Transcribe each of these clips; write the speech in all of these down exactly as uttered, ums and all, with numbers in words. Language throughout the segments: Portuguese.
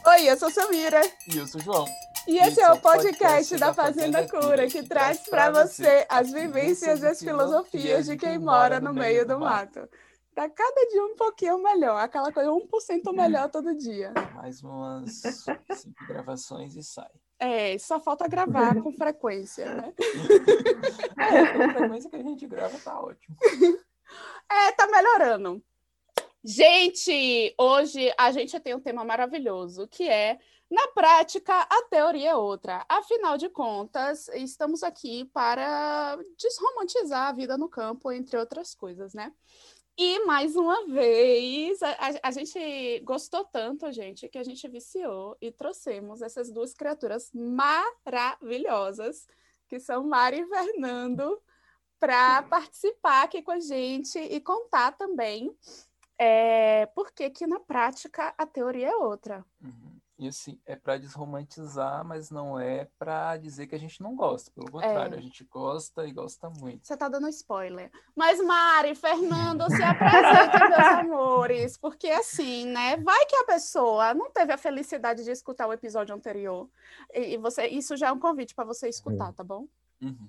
Oi, eu sou Samira. E eu sou o João. E esse é o podcast da Fazenda Cura, que traz para você as vivências e as filosofias de quem mora no meio do mato. Tá cada dia um pouquinho melhor, aquela coisa um por cento melhor todo dia. Mais umas cinco gravações e sai. É, só falta gravar com frequência, né? É, com frequência que a gente grava tá ótimo. É, tá melhorando. Gente, hoje a gente tem um tema maravilhoso, que é, na prática, a teoria é outra. Afinal de contas, estamos aqui para desromantizar a vida no campo, entre outras coisas, né? E, mais uma vez, a, a, a gente gostou tanto, gente, que a gente viciou e trouxemos essas duas criaturas maravilhosas, que são Mari e Fernando, para participar aqui com a gente e contar também é, por que que, na prática, a teoria é outra. Uhum. E assim, é para desromantizar, mas não é para dizer que a gente não gosta. Pelo contrário, É. a gente gosta e gosta muito. Você tá dando spoiler. Mas, Mari, Fernando, se apresentem, meus amores. Porque, assim, né? Vai que a pessoa não teve a felicidade de escutar o episódio anterior. E, e você, isso já é um convite para você escutar, tá bom? Uhum.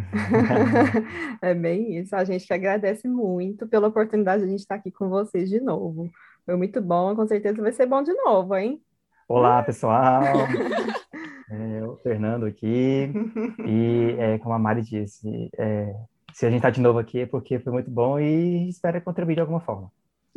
É bem isso. A gente que agradece muito pela oportunidade de a gente estar aqui com vocês de novo. Foi muito bom, com certeza vai ser bom de novo, hein? Olá, pessoal. É, o Fernando aqui. E, é, como a Mari disse, é, se a gente está de novo aqui é porque foi muito bom e espero contribuir de alguma forma.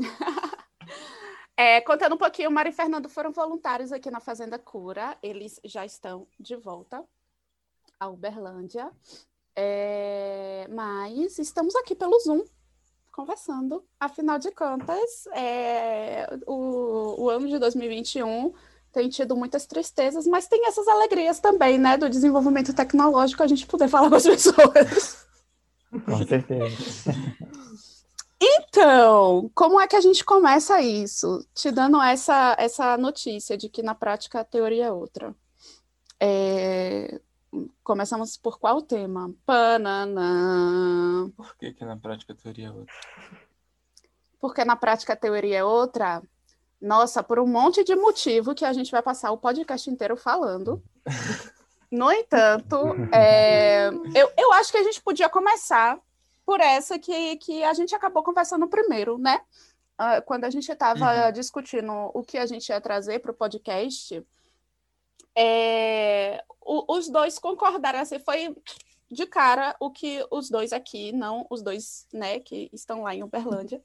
É, contando um pouquinho, Mari e Fernando foram voluntários aqui na Fazenda Cura. Eles já estão de volta a Uberlândia. É, mas estamos aqui pelo Zoom, conversando. Afinal de contas, é, o, o ano de dois mil e vinte e um tem tido muitas tristezas, mas tem essas alegrias também, né? Do desenvolvimento tecnológico, a gente poder falar com as pessoas. Com certeza. Então, como é que a gente começa isso? Te dando essa, essa notícia de que, na prática, a teoria é outra. É... Começamos por qual tema? Pananã. Por que que na prática a teoria é outra? Porque na prática a teoria é outra? Nossa, por um monte de motivo que a gente vai passar o podcast inteiro falando. No entanto, é... eu, eu acho que a gente podia começar por essa que, que a gente acabou conversando primeiro, né? Uh, quando a gente estava Uhum. discutindo o que a gente ia trazer para o podcast, é... o, os dois concordaram, assim, foi de cara o que os dois aqui, não os dois, né, que estão lá em Uberlândia.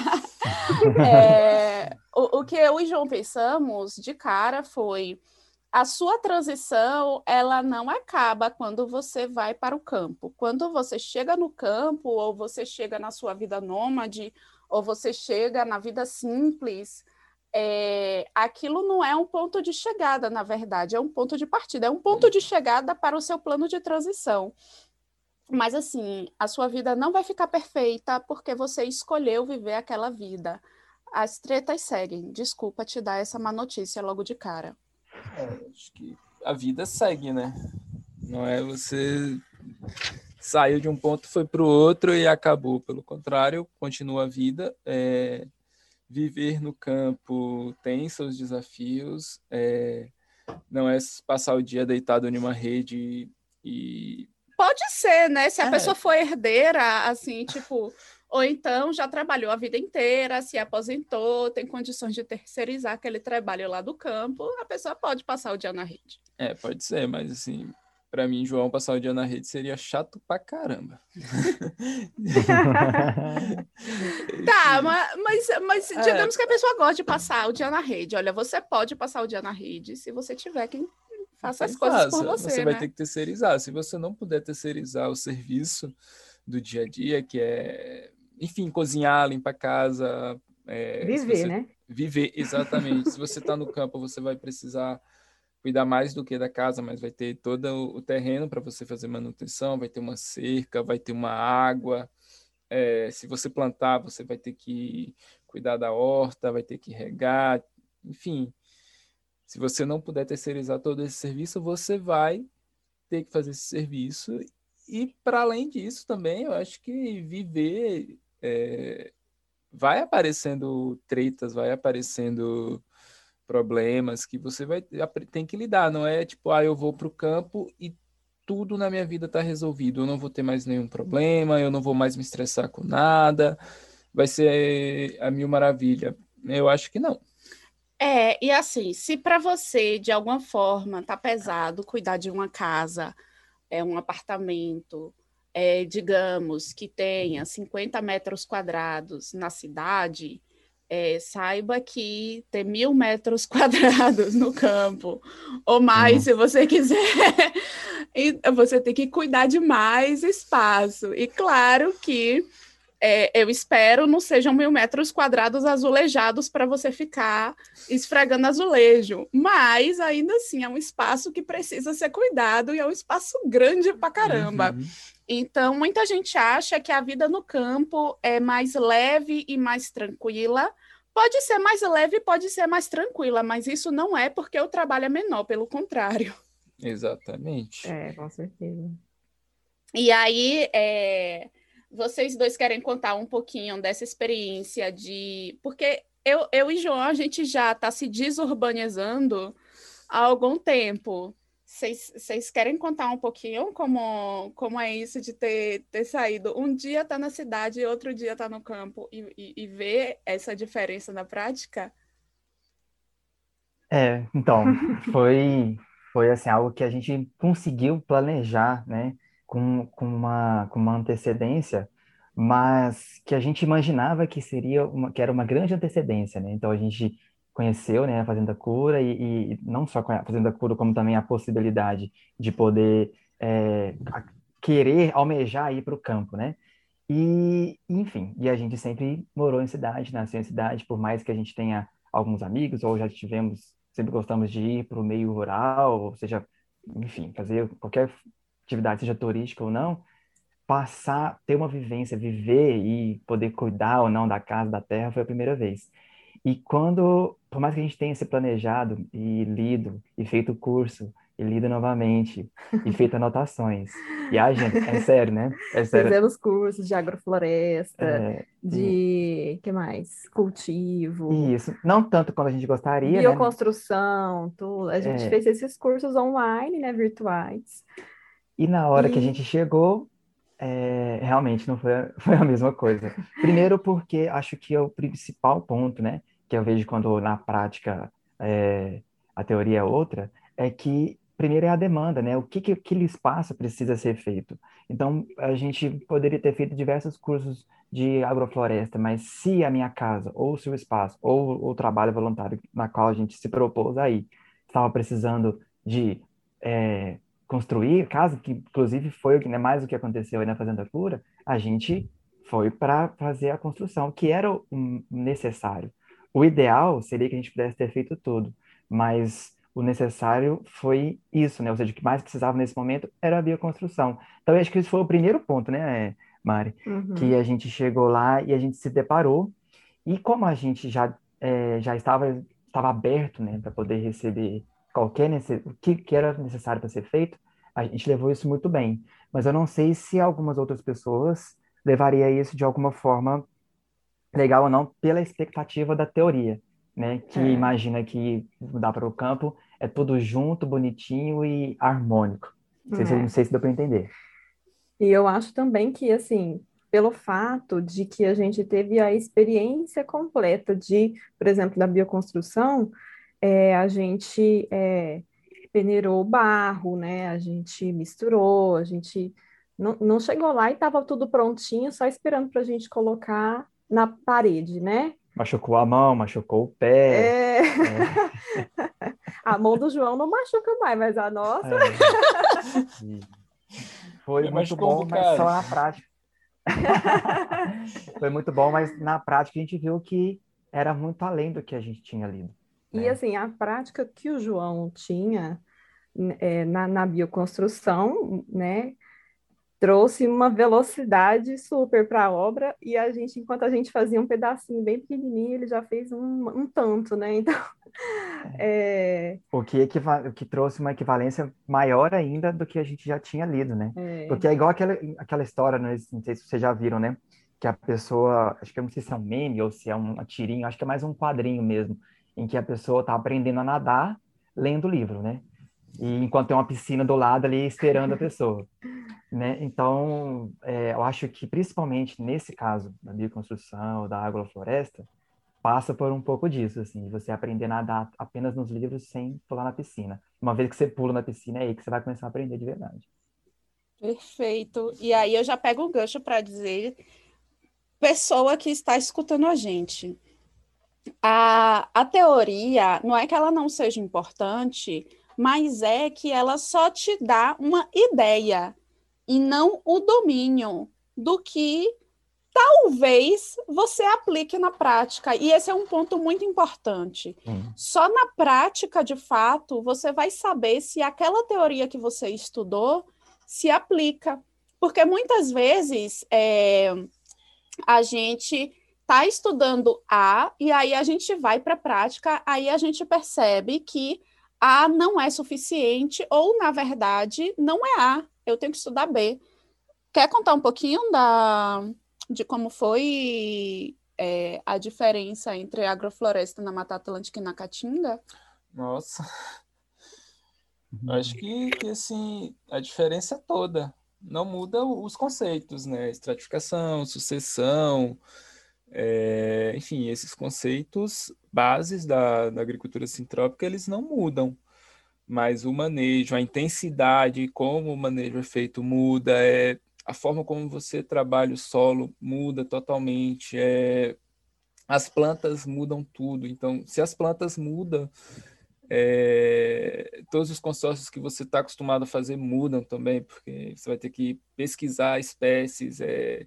é... o, o que eu e João pensamos de cara foi: a sua transição, ela não acaba quando você vai para o campo. Quando você chega no campo, ou você chega na sua vida nômade, ou você chega na vida simples, é, aquilo não é um ponto de chegada, na verdade, é um ponto de partida, é um ponto de chegada para o seu plano de transição. Mas, assim, a sua vida não vai ficar perfeita porque você escolheu viver aquela vida. As tretas seguem. Desculpa te dar essa má notícia logo de cara. É, acho que a vida segue, né? Não é você saiu de um ponto, foi para o outro e acabou. Pelo contrário, continua a vida. É, viver no campo tem seus desafios. É, não é passar o dia deitado em uma rede e... Pode ser, né? Se a É. pessoa for herdeira, assim, tipo... Ou então já trabalhou a vida inteira, se aposentou, tem condições de terceirizar aquele trabalho lá do campo, a pessoa pode passar o dia na rede. É, pode ser, mas assim, para mim, João, passar o dia na rede seria chato pra caramba. Tá, mas, mas, mas É. digamos que a pessoa gosta de passar o dia na rede. Olha, você pode passar o dia na rede se você tiver quem faça as Quem coisas faça, por você, Você né? vai ter que terceirizar. Se você não puder terceirizar o serviço do dia a dia, que é, enfim, cozinhar, limpar a casa... É, se Viver, você... né? Viver, exatamente. Se você está no campo, você vai precisar cuidar mais do que da casa, mas vai ter todo o terreno para você fazer manutenção, vai ter uma cerca, vai ter uma água. É, se você plantar, você vai ter que cuidar da horta, vai ter que regar, enfim. Se você não puder terceirizar todo esse serviço, você vai ter que fazer esse serviço. E, para além disso, também, eu acho que viver... É, vai aparecendo tretas, vai aparecendo problemas que você vai tem que lidar. Não é tipo, ah, eu vou para o campo e tudo na minha vida está resolvido. Eu não vou ter mais nenhum problema, eu não vou mais me estressar com nada. Vai ser a mil maravilha. Eu acho que não. É, e assim, se para você, de alguma forma, tá pesado cuidar de uma casa, é um apartamento, é, digamos, que tenha cinquenta metros quadrados na cidade, é, saiba que ter mil metros quadrados no campo, ou mais, Hum. se você quiser, e você tem que cuidar de mais espaço. E claro que é, eu espero não sejam mil metros quadrados azulejados para você ficar esfregando azulejo, mas ainda assim é um espaço que precisa ser cuidado e é um espaço grande pra caramba. Uhum. Então, muita gente acha que a vida no campo é mais leve e mais tranquila. Pode ser mais leve, pode ser mais tranquila, mas isso não é porque o trabalho é menor, pelo contrário. Exatamente. É, com certeza. E aí, é, vocês dois querem contar um pouquinho dessa experiência de... Porque eu, eu e João, a gente já está se desurbanizando há algum tempo. Vocês vocês querem contar um pouquinho como, como é isso de ter, ter saído? Um dia tá na cidade e outro dia tá no campo e, e, e ver essa diferença na prática? É, então, foi, foi assim, algo que a gente conseguiu planejar, né, com, com uma, com uma antecedência, mas que a gente imaginava que seria uma, que era uma grande antecedência, né? Então a gente conheceu, né, a Fazenda Cura e, e não só a Fazenda Cura, como também a possibilidade de poder é, a- querer almejar ir para o campo, né? E, enfim, e a gente sempre morou em cidade, nasceu em cidade, por mais que a gente tenha alguns amigos, ou já tivemos, sempre gostamos de ir para o meio rural, ou seja, enfim, fazer qualquer atividade, seja turística ou não, passar, ter uma vivência, viver e poder cuidar ou não da casa, da terra, foi a primeira vez. E quando, por mais que a gente tenha se planejado e lido, e feito o curso, e lido novamente, e feito anotações, e a gente, é sério, né? É sério. Fizemos cursos de agrofloresta, É, e, de, que mais? Cultivo, e isso, não tanto quando a gente gostaria, né? bioconstrução, tudo. A gente É, fez esses cursos online, né, virtuais. e na hora que a E gente chegou, é, realmente não foi a, foi a mesma coisa. Primeiro porque acho que é o principal ponto, né, que eu vejo quando na prática é, a teoria é outra, é que primeiro é a demanda, né? O que que aquele espaço precisa ser feito. Então, a gente poderia ter feito diversos cursos de agrofloresta, mas se a minha casa, ou se o espaço, ou o trabalho voluntário na qual a gente se propôs aí, estava precisando de é, construir casa, que inclusive foi o que, né, mais o que aconteceu aí na Fazenda Cura, a gente foi para fazer a construção, que era o um, necessário. O ideal seria que a gente pudesse ter feito tudo, mas o necessário foi isso, né? Ou seja, o que mais precisava nesse momento era a bioconstrução. Então, eu acho que esse foi o primeiro ponto, né, Mari? Que uhum, a gente chegou lá e a gente se deparou, e como a gente já, é, já estava, estava aberto, né, para poder receber qualquer necess... o que, que era necessário para ser feito, a gente levou isso muito bem. Mas eu não sei se algumas outras pessoas levaria isso de alguma forma legal ou não pela expectativa da teoria, né? Que é. imagina que mudar para o campo é tudo junto, bonitinho e harmônico. Não sei se, não É. sei se deu para entender. E eu acho também que, assim, pelo fato de que a gente teve a experiência completa de, por exemplo, da bioconstrução, é, a gente é, peneirou o barro, né? A gente misturou, a gente não, não chegou lá e estava tudo prontinho, só esperando para a gente colocar na parede, né? Machucou a mão, machucou o pé. É, É, a mão do João não machuca mais, mas a nossa. é, e foi Me muito machucou um bom, mas só bocado. na prática. Foi muito bom, mas na prática a gente viu que era muito além do que a gente tinha lido, E né? assim, a prática que o João tinha é, na, na bioconstrução, né, trouxe uma velocidade super para a obra e a gente, enquanto a gente fazia um pedacinho bem pequenininho, ele já fez um, um tanto, né? Então, é, O que, equiva- o que trouxe uma equivalência maior ainda do que a gente já tinha lido, né? é, Porque é igual aquela, aquela história, não não sei se vocês já viram, né? Que a pessoa, acho que eu não sei se é um meme ou se é uma tirinha, acho que é mais um quadrinho mesmo, em que a pessoa está aprendendo a nadar lendo o livro, né? E enquanto tem uma piscina do lado ali esperando a pessoa, né? Então, é, eu acho que principalmente nesse caso da bioconstrução, da agrofloresta, passa por um pouco disso, assim, de você aprender a nadar apenas nos livros sem pular na piscina. Uma vez que você pula na piscina, é aí que você vai começar a aprender de verdade. Perfeito. E aí eu já pego o gancho para dizer, pessoa que está escutando a gente, a, a teoria não é que ela não seja importante, mas é que ela só te dá uma ideia e não o domínio do que talvez você aplique na prática. E esse é um ponto muito importante. Hum. Só na prática, de fato, você vai saber se aquela teoria que você estudou se aplica. Porque muitas vezes é, a gente está estudando A e aí a gente vai para a prática, aí a gente percebe que A não é suficiente ou, na verdade, não é A. Eu tenho que estudar B. Quer contar um pouquinho da, de como foi é, a diferença entre a agrofloresta na Mata Atlântica e na Caatinga? Nossa, acho que, que assim, a diferença é toda. Não muda os conceitos, né? Estratificação, sucessão, é, enfim, esses conceitos bases da, da agricultura sintrópica, eles não mudam. Mas o manejo, a intensidade, como o manejo é feito muda, é, a forma como você trabalha o solo muda totalmente, é, as plantas mudam tudo. Então, se as plantas mudam, é, todos os consórcios que você está acostumado a fazer mudam também, porque você vai ter que pesquisar espécies é,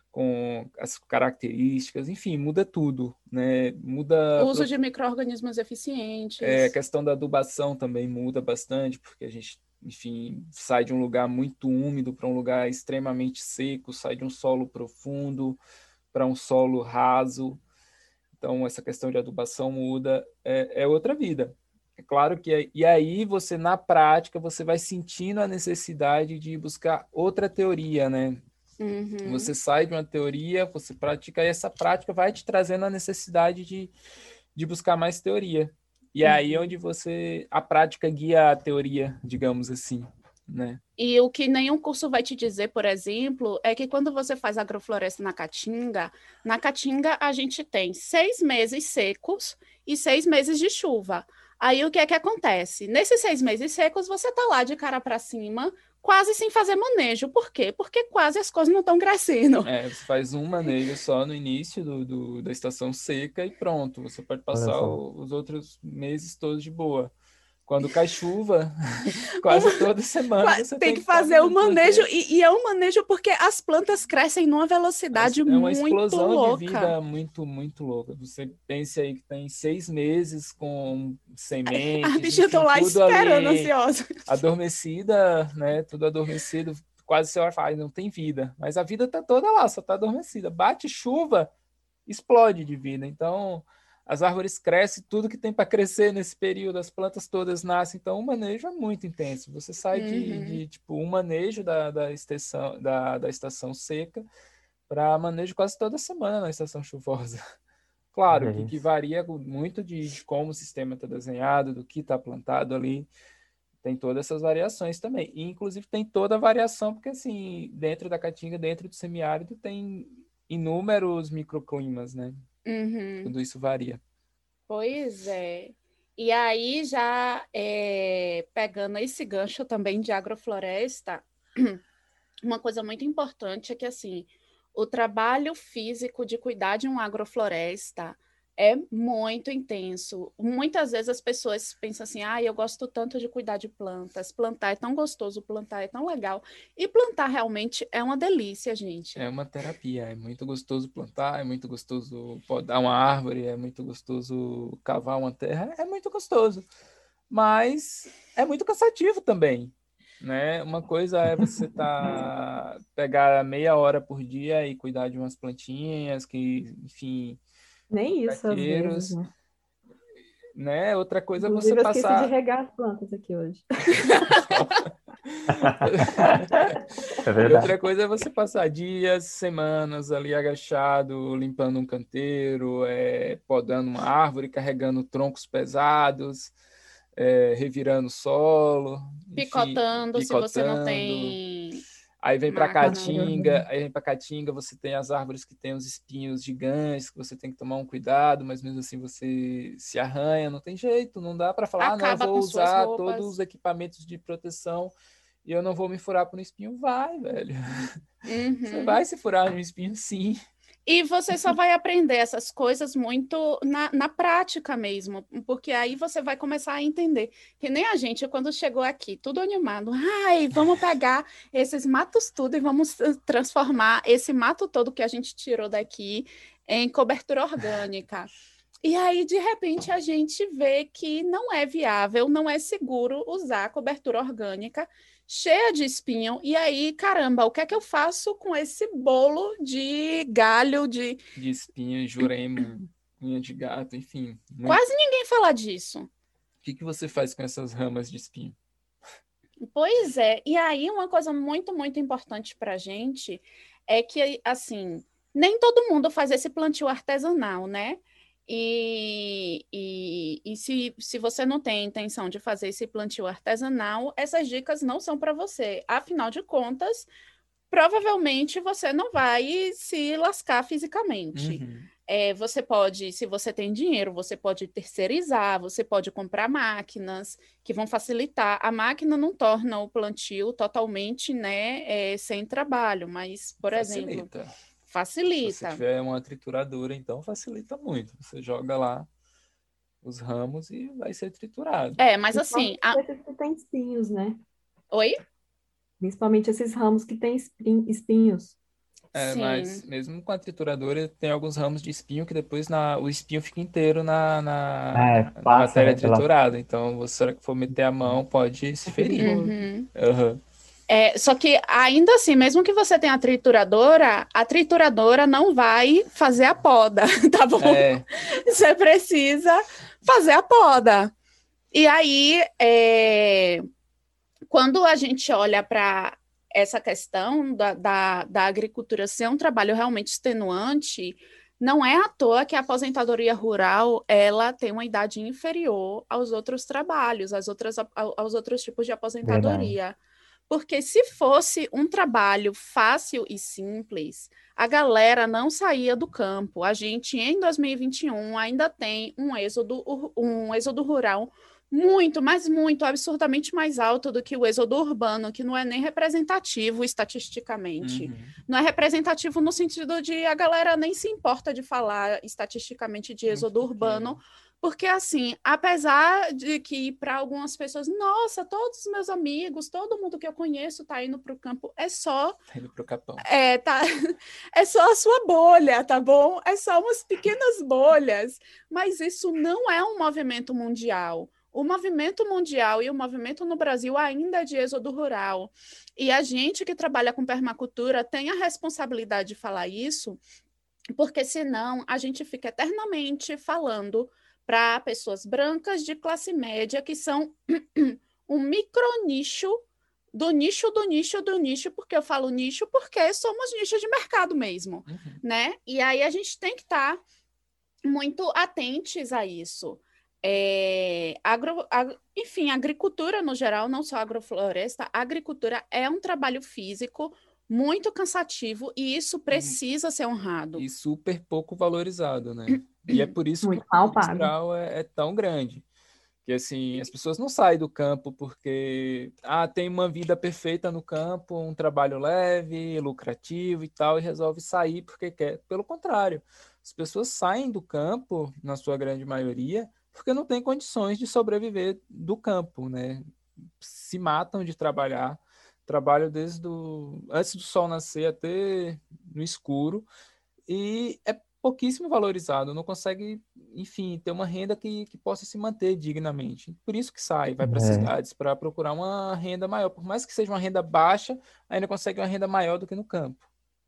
com as características, enfim, muda tudo, né? Muda O uso de micro-organismos é, a eficientes. questão da adubação também muda bastante, porque a gente, enfim, sai de um lugar muito úmido para um lugar extremamente seco, sai de um solo profundo para um solo raso. Então, essa questão de adubação muda, é, é outra vida. É claro que, é, e aí você, na prática, você vai sentindo a necessidade de buscar outra teoria, né? Uhum. Você sai de uma teoria, você pratica, e essa prática vai te trazendo a necessidade de, de buscar mais teoria. E é aí onde você, a prática guia a teoria, digamos assim, né? E o que nenhum curso vai te dizer, por exemplo, é que quando você faz agrofloresta na Caatinga, na Caatinga a gente tem seis meses secos e seis meses de chuva. Aí o que é que acontece? Nesses seis meses secos, você tá lá de cara para cima, quase sem fazer manejo. Por quê? Porque quase as coisas não estão crescendo. É, você faz um manejo só no início do, do, da estação seca e pronto. Você pode Olha passar só. o, os outros meses todos de boa. Quando cai chuva, quase toda semana você Tem tem que que estar fazer o fazendo, manejo, porque e, e é um manejo porque as plantas crescem numa velocidade é uma muito explosão de louca. vida muito, muito louca. Você pensa aí que tem seis meses com As sementes, bichinhas estão enfim, lá tudo esperando, ali ansiosas. adormecida, né? Tudo adormecido, quase você vai falar, não tem vida. Mas a vida tá toda lá, só tá adormecida. Bate chuva, explode de vida. Então, as árvores crescem, tudo que tem para crescer nesse período, as plantas todas nascem. Então, o manejo é muito intenso. Você sai de, Uhum. de tipo, um manejo da, da, estação, da, da estação seca para manejo quase toda semana na estação chuvosa. Claro Olha que, que isso. varia muito de, de como o sistema está desenhado, do que está plantado ali. Tem todas essas variações também. E, inclusive, tem toda a variação, porque, assim, dentro da Caatinga, dentro do semiárido, tem inúmeros microclimas, né? Uhum. Tudo isso varia. Pois é. E aí, já é, pegando esse gancho também de agrofloresta, uma coisa muito importante é que, assim, o trabalho físico de cuidar de uma agrofloresta é muito intenso. Muitas vezes as pessoas pensam assim, ah, eu gosto tanto de cuidar de plantas, plantar é tão gostoso, plantar é tão legal. E plantar realmente é uma delícia, gente. É uma terapia, é muito gostoso plantar, é muito gostoso podar uma árvore, é muito gostoso cavar uma terra, é muito gostoso. Mas é muito cansativo também, né? Uma coisa é você tá pegar meia hora por dia e cuidar de umas plantinhas que, enfim, Nem isso às vezes, caqueiros, né? né? Outra coisa é você Inclusive, eu esqueci de passar regar as plantas aqui hoje. É E verdade. outra coisa é você passar dias, semanas ali agachado, limpando um canteiro, é, podando uma árvore, carregando troncos pesados, é, revirando o solo, enfim, Picotando, se você não picotando. tem Aí vem para máquina. Caatinga, aí vem para Caatinga, você tem as árvores que têm os espinhos gigantes, que você tem que tomar um cuidado, mas mesmo assim você se arranha, não tem jeito, não dá para falar, ah, não, eu Acaba vou com suas usar todos os roupas. equipamentos de proteção e eu não vou me furar por um espinho. Vai, velho. Você Uhum. vai se furar no espinho, sim. E você só vai aprender essas coisas muito na, na prática mesmo, porque aí você vai começar a entender. Que nem a gente, quando chegou aqui, tudo animado. Ai, vamos pegar esses matos tudo e vamos eh, transformar esse mato todo que a gente tirou daqui em cobertura orgânica. E aí, de repente, a gente vê que não é viável, não é seguro usar cobertura orgânica cheia de espinho. E aí, caramba, o que é que eu faço com esse bolo de galho de... De espinho, jurema, unha de gato, enfim. Muito... Quase ninguém fala disso. O que, que você faz com essas ramas de espinho? Pois é. E aí, uma coisa muito, muito importante para a gente é que, assim, nem todo mundo faz esse plantio artesanal, né? E, e, e se, se você não tem intenção de fazer esse plantio artesanal, essas dicas não são para você. Afinal de contas, provavelmente você não vai se lascar fisicamente. Uhum. É, você pode, se você tem dinheiro, você pode terceirizar, você pode comprar máquinas que vão facilitar. A máquina não torna o plantio totalmente, né, é, sem trabalho, mas, por exemplo, Facilita. Se você facilita. tiver uma trituradora, então facilita muito. Você joga lá os ramos e vai ser triturado. É, mas assim... Principalmente a- esses que têm espinhos, né? Oi? Principalmente esses ramos que têm espin- espinhos. É, mas Sim. mesmo com a trituradora, tem alguns ramos de espinho que depois na, o espinho fica inteiro na, Ah, é, na, na passa, matéria né, pela... triturada. Então, você, na hora que for meter a mão, pode se É ferir. perigoso. Uhum. Aham. É, só que ainda assim, mesmo que você tenha a trituradora, a trituradora não vai fazer a poda, tá bom? É, Você precisa fazer a poda. E aí, é, quando a gente olha para essa questão da, da, da agricultura ser um trabalho realmente extenuante, não é à toa que a aposentadoria rural ela tem uma idade inferior aos outros trabalhos, às outras, aos outros tipos de Verdade. aposentadoria. Porque se fosse um trabalho fácil e simples, a galera não saía do campo. A gente, em dois mil e vinte e um, ainda tem um êxodo, um êxodo rural muito, mas muito, absurdamente mais alto do que o êxodo urbano, que não é nem representativo estatisticamente. uhum. Não é representativo no sentido de a galera nem se importa de falar estatisticamente de Muito êxodo pequeno. urbano, porque, assim, apesar de que para algumas pessoas, nossa, todos os meus amigos, todo mundo que eu conheço está indo para o campo, é só, Tá indo pro capão. é, tá, é só a sua bolha, tá bom? É só umas pequenas bolhas, mas isso não é um movimento mundial. O movimento mundial e o movimento no Brasil ainda é de êxodo rural. E a gente que trabalha com permacultura tem a responsabilidade de falar isso, porque senão a gente fica eternamente falando para pessoas brancas de classe média que são um micronicho do nicho do nicho do nicho, porque eu falo nicho porque somos nicho de mercado mesmo, Uhum. né? E aí a gente tem que estar muito atentos a isso. É, agro, ag, enfim, agricultura no geral, não só agrofloresta, a agricultura é um trabalho físico muito cansativo e isso precisa ser honrado. E super pouco valorizado, né? E é por isso Muito que o mal conflito pago. rural é, é tão grande. Que assim, as pessoas não saem do campo porque ah, tem uma vida perfeita no campo, um trabalho leve, lucrativo e tal, e resolve sair porque quer. Pelo contrário, as pessoas saem do campo, na sua grande maioria, porque não têm condições de sobreviver do campo, né? Se matam de trabalhar, trabalham desde do, antes do sol nascer até no escuro, e é pouquíssimo valorizado, não consegue, enfim, ter uma renda que, que possa se manter dignamente. Por isso que sai, vai para as É. cidades, para procurar uma renda maior. Por mais que seja uma renda baixa, ainda consegue uma renda maior do que no campo.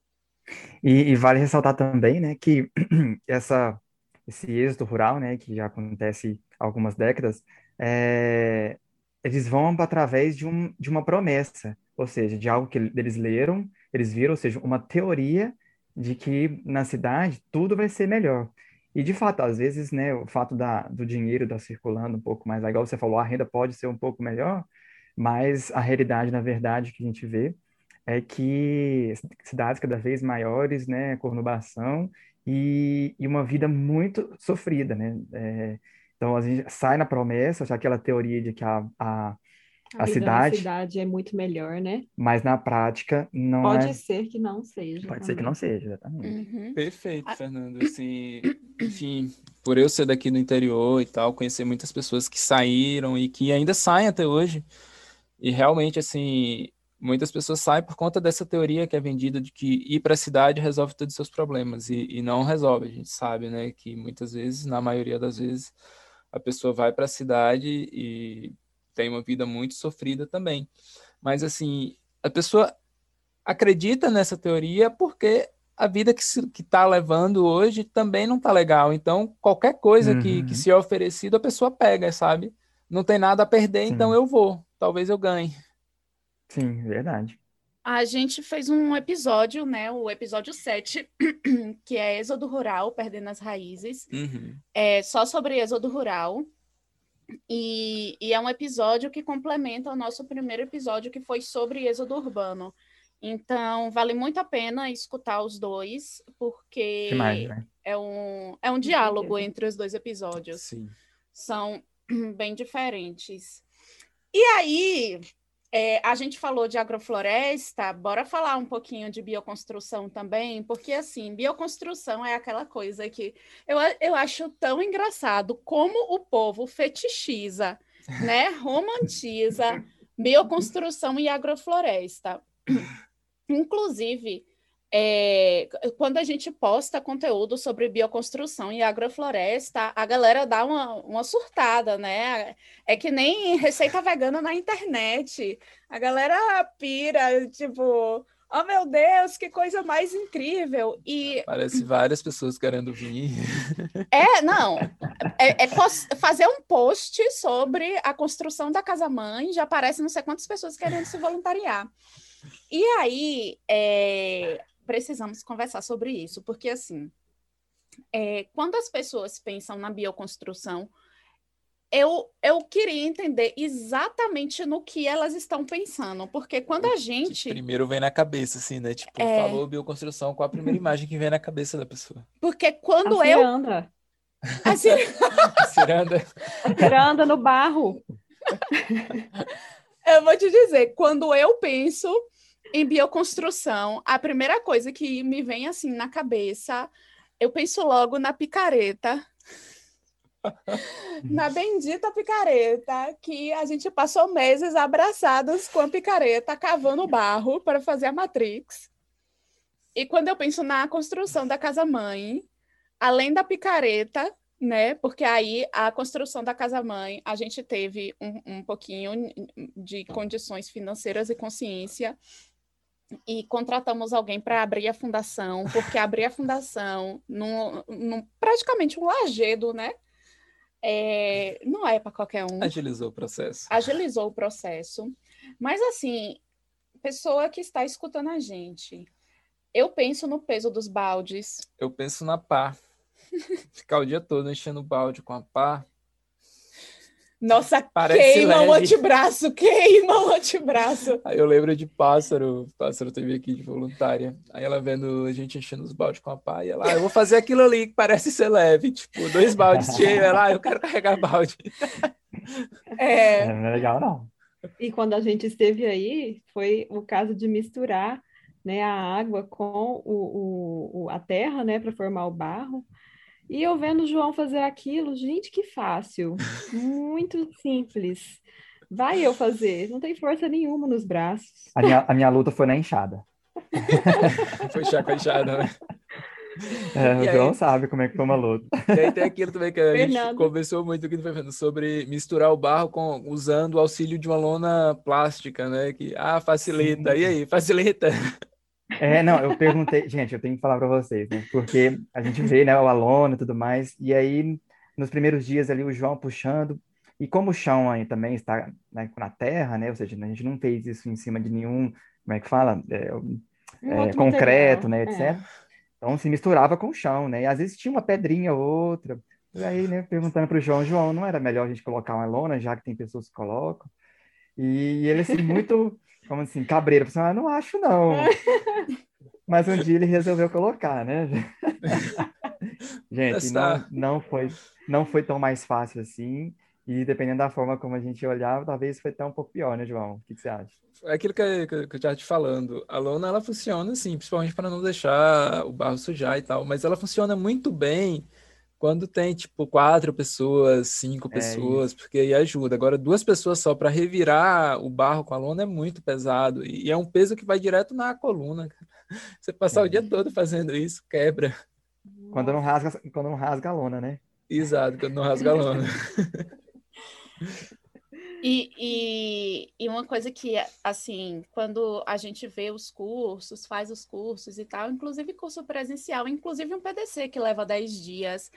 E, e vale ressaltar também, né, que essa, esse êxodo rural, né, que já acontece há algumas décadas, é, eles vão através de, um, de uma promessa, ou seja, de algo que eles leram, eles viram, ou seja, uma teoria de que na cidade tudo vai ser melhor. E, de fato, às vezes, né, o fato da, do dinheiro estar circulando um pouco mais, igual você falou, a renda pode ser um pouco melhor, mas a realidade, na verdade, que a gente vê é que cidades cada vez maiores, né, conurbação e, e uma vida muito sofrida, né? É, então, a gente sai na promessa, já aquela teoria de que a, a, A a vida na cidade, cidade é muito melhor, né? mas na prática não Pode é, ser que não seja pode ser que não também. seja, exatamente. Uhum. Perfeito, Ah, Fernando. Assim, enfim, por eu ser daqui do interior e tal, conhecer muitas pessoas que saíram e que ainda saem até hoje. E realmente, assim, muitas pessoas saem por conta dessa teoria que é vendida de que ir para a cidade resolve todos os seus problemas. E, e não resolve. A gente sabe, né, que muitas vezes, na maioria das vezes, a pessoa vai para a cidade e tem uma vida muito sofrida também. Mas, assim, a pessoa acredita nessa teoria porque a vida que se, que está levando hoje também não está legal. Então, qualquer coisa que, que Uhum, se é oferecido, a pessoa pega, sabe? Não tem nada a perder, então sim, eu vou. Talvez eu ganhe. sim, verdade. A gente fez um episódio, né? O episódio sete, que é Êxodo Rural, Perdendo as Raízes. Uhum. É só sobre Êxodo Rural. E, e é um episódio que complementa o nosso primeiro episódio, que foi sobre Êxodo Urbano. Então, vale muito a pena escutar os dois, Demais, porque né? é um, é um Com diálogo certeza. entre os dois episódios. Sim. São bem diferentes. E aí, é, a gente falou de agrofloresta, bora falar um pouquinho de bioconstrução também, porque, assim, bioconstrução é aquela coisa que eu, eu acho tão engraçado como o povo fetichiza, né, romantiza bioconstrução e agrofloresta. Inclusive, é, quando a gente posta conteúdo sobre bioconstrução e agrofloresta, a galera dá uma, uma surtada, né? É que nem receita vegana na internet. A galera pira, tipo, oh meu Deus, que coisa mais incrível. E Parece várias pessoas querendo vir. é, não, é, é pos- fazer um post sobre a construção da casa-mãe, já aparece não sei quantas pessoas querendo se voluntariar. E aí, é, precisamos conversar sobre isso, porque assim, é, quando as pessoas pensam na bioconstrução, eu, eu queria entender exatamente no que elas estão pensando, porque quando O a que gente. primeiro vem na cabeça, assim, né? Tipo, É, falou bioconstrução, qual a primeira imagem que vem na cabeça da pessoa? porque A quando eu. ciranda. Assim, A ciranda. A ciranda no barro. eu vou te dizer, quando eu penso em bioconstrução, a primeira coisa que me vem assim na cabeça, eu penso logo na picareta. Na bendita picareta, que a gente passou meses abraçados com a picareta, cavando barro para fazer a Matrix. E quando eu penso na construção da casa-mãe, além da picareta, né? Porque aí a construção da casa-mãe, a gente teve um, um pouquinho de condições financeiras e consciência, e contratamos alguém para abrir a fundação, porque abrir a fundação num, num praticamente um lajedo, né? É, não é para qualquer um. Agilizou o processo. Agilizou o processo. Mas, assim, pessoa que está escutando a gente, eu penso no peso dos baldes. Eu penso na pá. Ficar o dia todo enchendo o balde com a pá. Nossa, Parece queima o leve. antebraço, queima o antebraço. Aí eu lembro de Pássaro. Pássaro teve aqui de voluntária. Aí ela vendo a gente enchendo os baldes com a pá. E ela, ah, eu vou fazer aquilo ali que parece ser leve. Tipo, dois baldes cheios. Ela, ah, eu quero carregar balde. É, É, não é legal, não. E quando a gente esteve aí, foi o caso de misturar, né, a água com o, o, o- a terra, né, para formar o barro. E eu vendo o João fazer aquilo, gente, que fácil, muito simples. Vai eu fazer, não tem força nenhuma nos braços. A minha, a minha luta foi na enxada. Foi chacoalhada, né? É, E o João aí, sabe como é que foi uma luta. e aí tem aquilo também que a gente Fernando, conversou muito aqui no Fernando, sobre misturar o barro com usando o auxílio de uma lona plástica, né? Que, ah, facilita. E Sim. aí, facilita? É, não, eu perguntei, gente, eu tenho que falar para vocês, né? Porque a gente vê, né, o aluno e tudo mais, e aí nos primeiros dias ali o João puxando, E como o chão aí também está, né, na terra, né? Ou seja, a gente não fez isso em cima de nenhum, como é que fala? É, Um é, outro concreto, material. né, É. etcétera. Então se misturava com o chão, né? E às vezes tinha uma pedrinha ou outra. E aí, né, perguntando para o João, João, não era melhor a gente colocar uma lona, já que tem pessoas que colocam? E ele, assim, muito, como assim, cabreiro, falou assim, ah, não acho não. Mas um dia ele resolveu colocar, né? Gente, não, Testar. não foi, não foi tão mais fácil assim. E dependendo da forma como a gente olhava, talvez foi até um pouco pior, né, João? O que que você acha? É aquilo que, eu- que eu que eu estava te falando. A lona, ela funciona assim, principalmente para não deixar o barro sujar e tal, mas ela funciona muito bem quando tem, tipo, quatro pessoas, cinco É pessoas, isso. porque aí ajuda. Agora, duas pessoas só para revirar o barro com a lona é muito pesado. E é um peso que vai direto na coluna. Você passar o dia É. todo fazendo isso, quebra. Quando não Nossa. rasga, quando não rasga a lona, né? Exato, quando não rasga a lona. E, e, e uma coisa que, assim, quando a gente vê os cursos, faz os cursos e tal, inclusive curso presencial, inclusive um P D C que leva dez dias,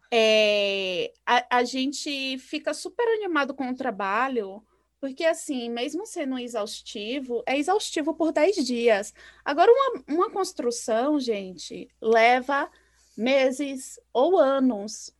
é, a, a gente fica super animado com o trabalho, porque, assim, mesmo sendo exaustivo, é exaustivo por dez dias. Agora, uma, uma construção, gente, leva meses ou anos.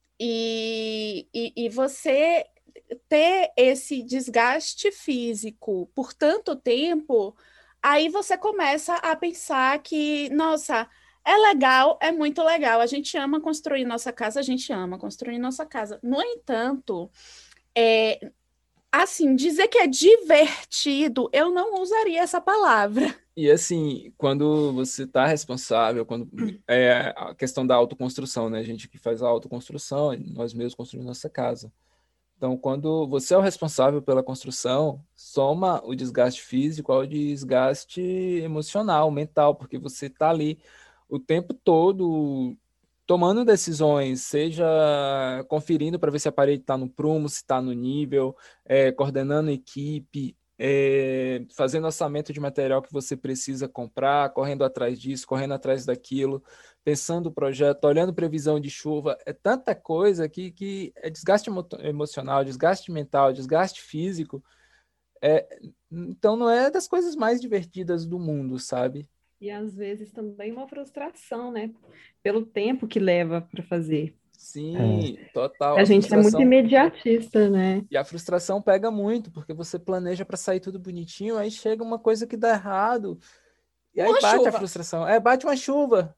E, e, e você ter esse desgaste físico por tanto tempo, aí você começa a pensar que, nossa, é legal, é muito legal. A gente ama construir nossa casa, a gente ama construir nossa casa. No entanto, é, assim, dizer que é divertido, eu não usaria essa palavra. E assim, quando você está responsável, quando é a questão da autoconstrução, né? A gente que faz a autoconstrução, nós mesmos construímos nossa casa. Então, quando você é o responsável pela construção, soma o desgaste físico ao desgaste emocional, mental, porque você está ali o tempo todo tomando decisões, seja conferindo para ver se a parede está no prumo, se está no nível, é, coordenando a equipe, é, fazendo orçamento de material que você precisa comprar, correndo atrás disso, correndo atrás daquilo, pensando o projeto, olhando previsão de chuva, é tanta coisa que, que é desgaste emo emocional, desgaste mental, desgaste físico. É, então não é das coisas mais divertidas do mundo, sabe? E às vezes também uma frustração, né? Pelo tempo que leva para fazer. É, Sim, total. A A gente é muito frustração imediatista, né? e a frustração pega muito, porque você planeja para sair tudo bonitinho, aí chega uma coisa que dá errado, e aí Uma bate a chuva. frustração. É, bate uma chuva,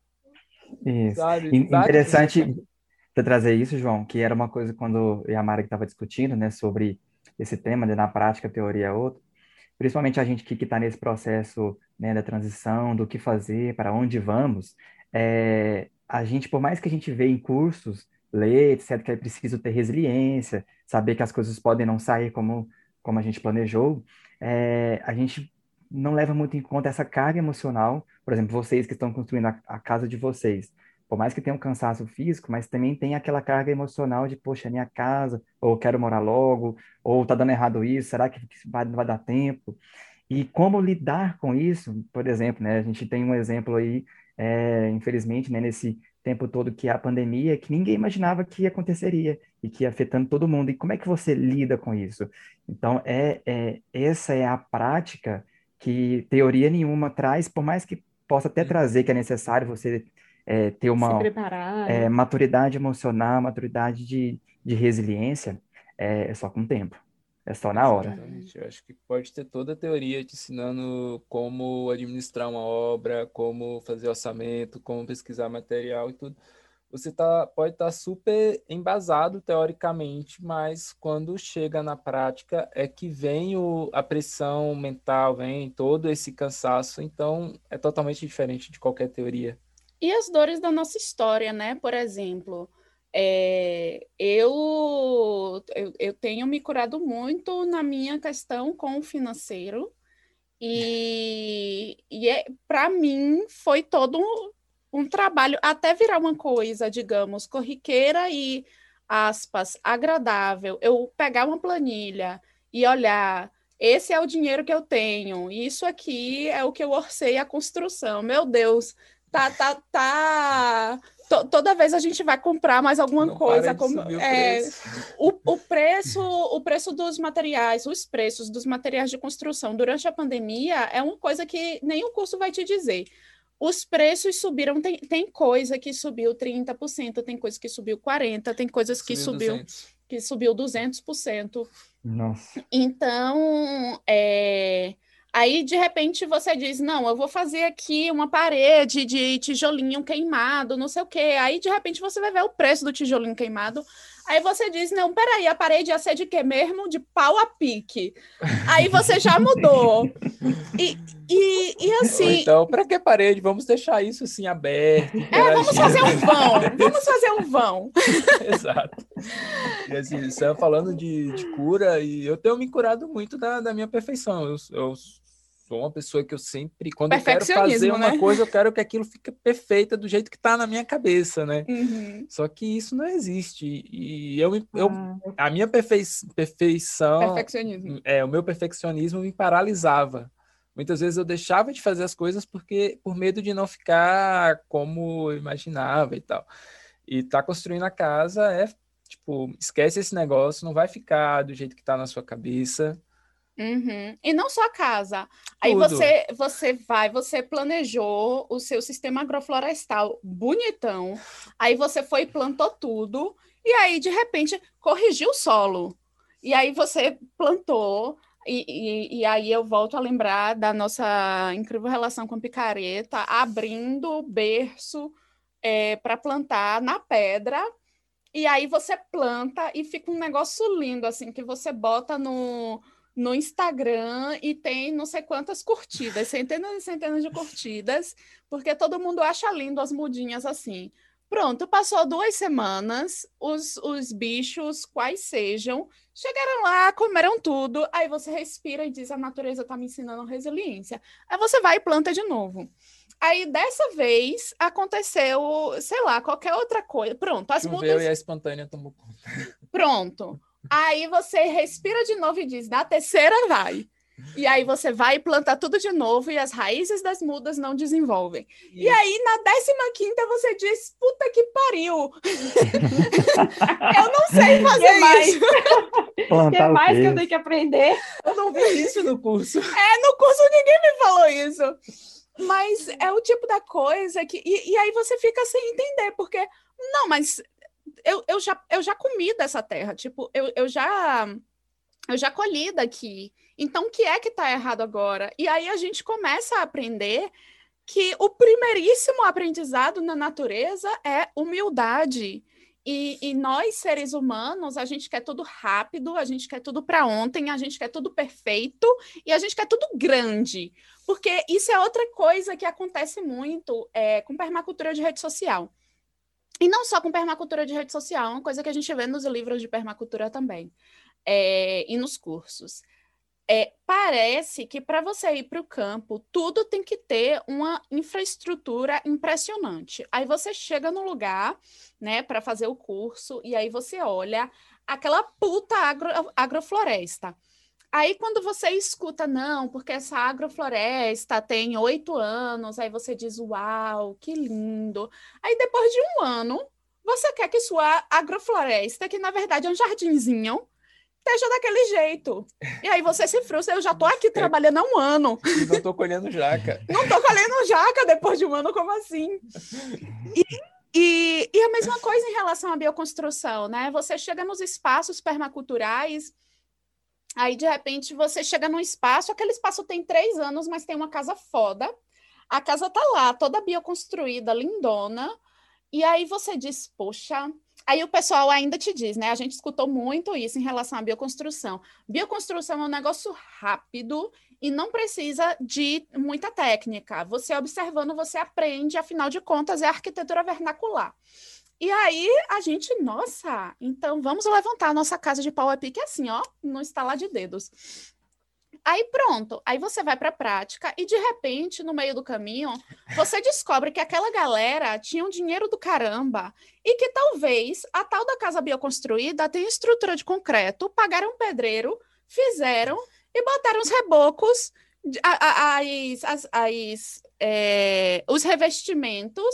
isso. sabe? In- Bate a Interessante frustração. você trazer isso, João, que era uma coisa quando eu e a Mari estava discutindo, né, sobre esse tema de na prática, a teoria é outra. Principalmente a gente que está nesse processo, né, da transição, do que fazer, para onde vamos, é, a gente, por mais que a gente vê em cursos, lê, etcétera, que é preciso ter resiliência, saber que as coisas podem não sair como, como a gente planejou, é, a gente não leva muito em conta essa carga emocional. Por exemplo, vocês que estão construindo a, a casa de vocês, por mais que tenha um cansaço físico, mas também tem aquela carga emocional de, poxa, é minha casa, ou quero morar logo, ou tá dando errado isso, será que vai, vai dar tempo? E como lidar com isso, por exemplo, né, a gente tem um exemplo aí, é, infelizmente, né, nesse tempo todo que é a pandemia, que ninguém imaginava que aconteceria e que ia afetando todo mundo. E como é que você lida com isso? Então, é, é, essa é a prática que teoria nenhuma traz, por mais que possa até Uhum. trazer que é necessário você é, ter Se uma preparar, é, né? maturidade emocional, maturidade de, de resiliência, é, é só com o tempo, é só na hora. Exatamente. Eu acho que pode ter toda a teoria te ensinando como administrar uma obra, como fazer orçamento, como pesquisar material e tudo. Você tá, pode estar super embasado teoricamente, mas quando chega na prática é que vem o, a pressão mental, vem todo esse cansaço, então é totalmente diferente de qualquer teoria. E as dores da nossa história, né? Por exemplo, é, eu, eu, eu tenho me curado muito na minha questão com o financeiro, e, e é, para mim foi todo um, um trabalho até virar uma coisa, digamos, corriqueira e, aspas, agradável. Eu pegar uma planilha e olhar. Esse é o dinheiro que eu tenho, isso aqui é o que eu orcei a construção. Meu Deus, tá, tá, tá to- toda vez a gente vai comprar mais alguma Não coisa, para de como, subir o é, preço. o, o preço, o preço dos materiais, os preços dos materiais de construção durante a pandemia é uma coisa que nenhum curso vai te dizer. Os preços subiram, tem, tem coisa que subiu trinta por cento, tem coisa que subiu quarenta por cento, tem coisas que Subiu subiu, duzentos. que subiu duzentos por cento. Nossa. Então, é, aí de repente você diz, não, eu vou fazer aqui uma parede de tijolinho queimado, não sei o quê. Aí de repente você vai ver o preço do tijolinho queimado. Aí você diz, não, peraí, a parede ia ser de quê mesmo? De pau a pique. Aí você já mudou. E, e, e Ou assim, então, para que parede? Vamos deixar isso assim aberto, é, vamos fazer um interagindo. vão, vamos fazer um vão. Exato. E assim, Sam falando de, de cura, e eu tenho me curado muito da, da minha perfeição. Eu, eu sou uma pessoa que eu sempre, quando eu quero fazer Perfeccionismo, uma né? coisa, eu quero que aquilo fique perfeita do jeito que está na minha cabeça, né? Uhum. Só que isso não existe. E eu, me- eu Ah, a minha perfei, perfeição, Perfeccionismo. é, o meu perfeccionismo me paralisava. Muitas vezes eu deixava de fazer as coisas porque por medo de não ficar como eu imaginava e tal. E tá construindo a casa é tipo, esquece esse negócio, não vai ficar do jeito que tá na sua cabeça. Uhum. E não só a casa. Aí Tudo. você, você vai, você planejou o seu sistema agroflorestal bonitão. Aí você foi e plantou tudo. E aí, de repente, corrigiu o solo. E aí você plantou. E, e, e aí eu volto a lembrar da nossa incrível relação com picareta, abrindo o berço para plantar na pedra. E aí você planta e fica um negócio lindo, assim, que você bota no, no Instagram e tem não sei quantas curtidas, centenas e centenas de curtidas, porque todo mundo acha lindo as mudinhas assim. Pronto, passou duas semanas, os, os bichos, quais sejam, chegaram lá, comeram tudo, aí você respira e diz, a natureza está me ensinando resiliência. Aí você vai e planta de novo. Aí, dessa vez, aconteceu, sei lá, qualquer outra coisa. Pronto, as Choveu mudas... e a espontânea tomou conta. Pronto. Aí você respira de novo e diz, na terceira vai. E aí você vai e planta tudo de novo e as raízes das mudas não desenvolvem. E aí, na décima quinta, você diz, puta que pariu. Eu não sei fazer Que mais? isso. O que Plantar o mais que eu quê? tenho que aprender? Eu não vi isso no curso. É, no curso ninguém me falou isso. Mas é o tipo da coisa que... E, e aí você fica sem entender, porque... Não, mas eu, eu, já, eu já comi dessa terra. Tipo, eu, eu já... Eu já colhi daqui. Então, o que é que está errado agora? E aí a gente começa a aprender que o primeiríssimo aprendizado na natureza é humildade. E, e nós, seres humanos, a gente quer tudo rápido, a gente quer tudo para ontem, a gente quer tudo perfeito e a gente quer tudo grande. Porque isso é outra coisa que acontece muito é, com permacultura de rede social. E não só com permacultura de rede social, é uma coisa que a gente vê nos livros de permacultura também. É, e nos cursos. É, parece que para você ir para o campo, tudo tem que ter uma infraestrutura impressionante. Aí você chega no lugar, né, para fazer o curso, e aí você olha aquela puta agro, agrofloresta. Aí quando você escuta, não, porque essa agrofloresta tem oito anos, aí você diz, uau, que lindo. Aí depois de um ano, você quer que sua agrofloresta, que na verdade é um jardinzinho, esteja daquele jeito. E aí você se frustra, eu já tô aqui trabalhando há um ano. E não tô colhendo jaca. Não tô colhendo jaca depois de um ano, como assim? E, e, e a mesma coisa em relação à bioconstrução, né? Você chega nos espaços permaculturais, aí de repente você chega num espaço, aquele espaço tem três anos, mas tem uma casa foda. A casa tá lá, toda bioconstruída, lindona. E aí você diz, poxa... Aí o pessoal ainda te diz, né? A gente escutou muito isso em relação à bioconstrução. Bioconstrução é um negócio rápido e não precisa de muita técnica. Você observando, você aprende, afinal de contas, é arquitetura vernacular. E aí a gente, nossa, então vamos levantar a nossa casa de pau a pique assim, ó, no estalar de dedos. Aí pronto, aí você vai para a prática e de repente, no meio do caminho, você descobre que aquela galera tinha um dinheiro do caramba e que talvez a tal da casa bioconstruída tenha estrutura de concreto, pagaram um pedreiro, fizeram e botaram os rebocos, as, as, as, é, os revestimentos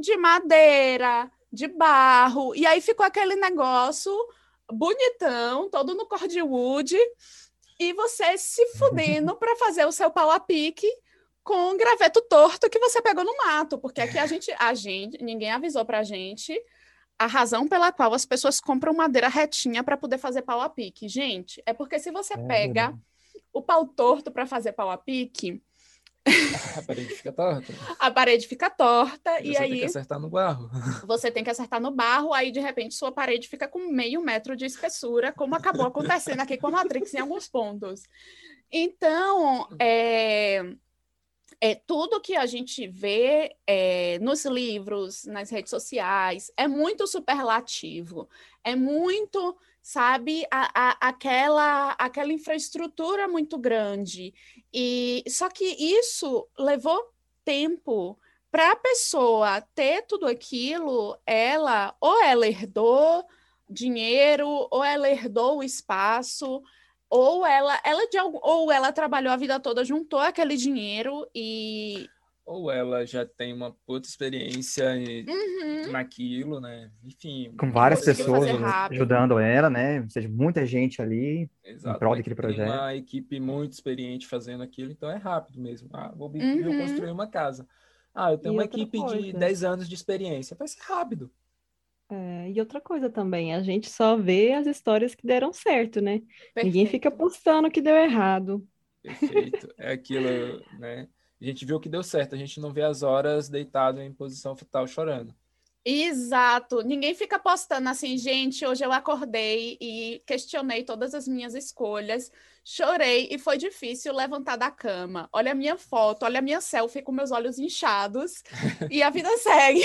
de madeira, de barro, e aí ficou aquele negócio bonitão, todo no cordwood, e você se fudendo para fazer o seu pau a pique com graveto torto que você pegou no mato, porque aqui a gente, a gente, ninguém avisou pra gente a razão pela qual as pessoas compram madeira retinha para poder fazer pau a pique. Gente, é porque se você É pega verdade. o pau torto para fazer pau a pique, A parede fica torta. a parede fica torta E e você tem aí que acertar no barro. você tem que acertar no barro, aí de repente sua parede fica com meio metro de espessura, como acabou acontecendo aqui com a Matrix em alguns pontos. Então, é, é tudo que a gente vê é, nos livros, nas redes sociais, é muito superlativo, é muito, sabe, a, a, aquela, aquela infraestrutura muito grande. E só que isso levou tempo para a pessoa ter tudo aquilo. Ela ou ela herdou dinheiro, ou ela herdou o espaço, ou ela, ela de algum, ou ela trabalhou a vida toda, juntou aquele dinheiro e Ou ela já tem uma puta experiência e- uhum, naquilo, né? Enfim, Com uma várias conseguiu pessoa fazer pessoas que... rápido. ajudando ela, né? Ou seja, muita gente ali em Exato, prol mas daquele tem projeto. uma equipe muito experiente fazendo aquilo, então é rápido mesmo. Ah, vou bi- Uhum. bioconstruir uma casa. Ah, eu tenho E uma outra equipe de coisa, dez anos de experiência. Vai ser rápido. é, e outra coisa também, a gente só vê as histórias que deram certo, né? Ninguém fica Perfeito. postando que deu errado. Perfeito. É aquilo, né? A gente viu que deu certo, a gente não vê as horas deitado em posição fetal chorando. Exato. Ninguém fica postando assim, gente, hoje eu acordei e questionei todas as minhas escolhas, chorei e foi difícil levantar da cama. Olha a minha foto, olha a minha selfie com meus olhos inchados e a vida segue.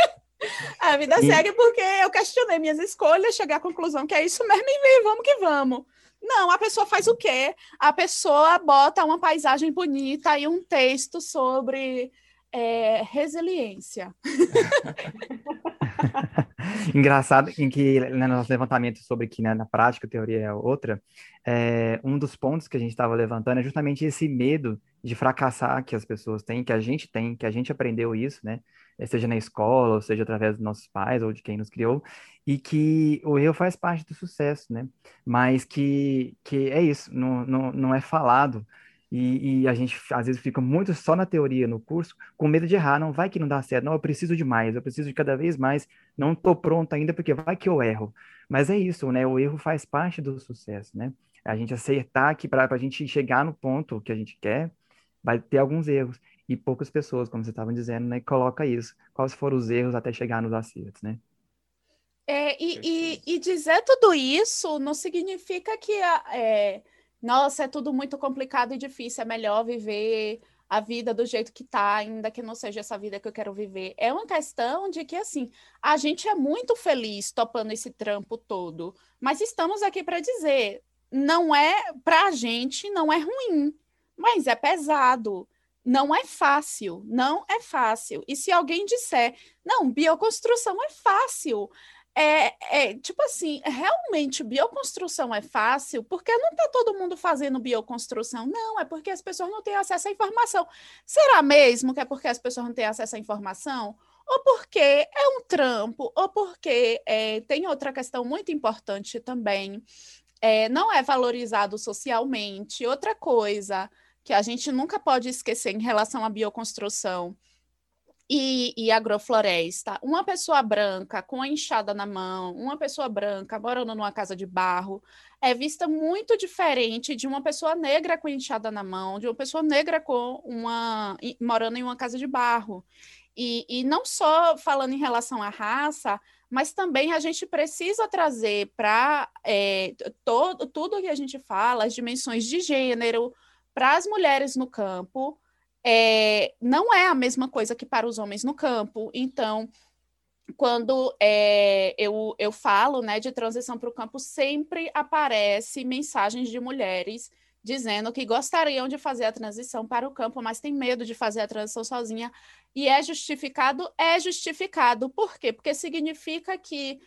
A vida E, segue porque eu questionei minhas escolhas, cheguei à conclusão que é isso mesmo e vamos que vamos. Não, a pessoa faz o quê? A pessoa bota uma paisagem bonita e um texto sobre é, resiliência. Engraçado em que, né, no nosso levantamento sobre que, né, na prática a teoria é outra, é, um dos pontos que a gente estava levantando é justamente esse medo de fracassar que as pessoas têm, que a gente tem, que a gente aprendeu isso, né? Seja na escola, ou seja através dos nossos pais ou de quem nos criou, e que o erro faz parte do sucesso, né? Mas que, que é isso, não, não, não é falado. E, e a gente às vezes fica muito só na teoria no curso, com medo de errar, não vai que não dá certo, não, eu preciso de mais, eu preciso de cada vez mais, não estou pronto ainda porque vai que eu erro. Mas é isso, né? O erro faz parte do sucesso, né? A gente acertar que para a gente chegar no ponto que a gente quer, vai ter alguns erros. E poucas pessoas, como você estava dizendo, né, coloca isso. Quais foram os erros até chegar nos acertos, né? É, e, e, e dizer tudo isso não significa que é, nossa, é tudo muito complicado e difícil, é melhor viver a vida do jeito que tá, ainda que não seja essa vida que eu quero viver. É uma questão de que, assim, a gente é muito feliz topando esse trampo todo, mas estamos aqui para dizer, não é, para a gente, não é ruim, mas é pesado. Não é fácil, não é fácil. E se alguém disser, não, bioconstrução é fácil, é, é, tipo assim, realmente bioconstrução é fácil porque não está todo mundo fazendo bioconstrução. Não, é porque as pessoas não têm acesso à informação. Será mesmo que é porque as pessoas não têm acesso à informação? Ou porque é um trampo, ou porque é, tem outra questão muito importante também, é, não é valorizado socialmente. Outra coisa que a gente nunca pode esquecer em relação à bioconstrução E, e agrofloresta, uma pessoa branca com a enxada na mão, uma pessoa branca morando numa casa de barro, é vista muito diferente de uma pessoa negra com a enxada na mão, de uma pessoa negra com uma morando em uma casa de barro. E, e não só falando em relação à raça, mas também a gente precisa trazer para é, todo, tudo que a gente fala, as dimensões de gênero, para as mulheres no campo. É, não é a mesma coisa que para os homens no campo. Então, quando é, eu, eu falo, né, de transição para o campo, sempre aparece mensagens de mulheres dizendo que gostariam de fazer a transição para o campo, mas tem medo de fazer a transição sozinha. E é justificado? É justificado. Por quê? Porque significa que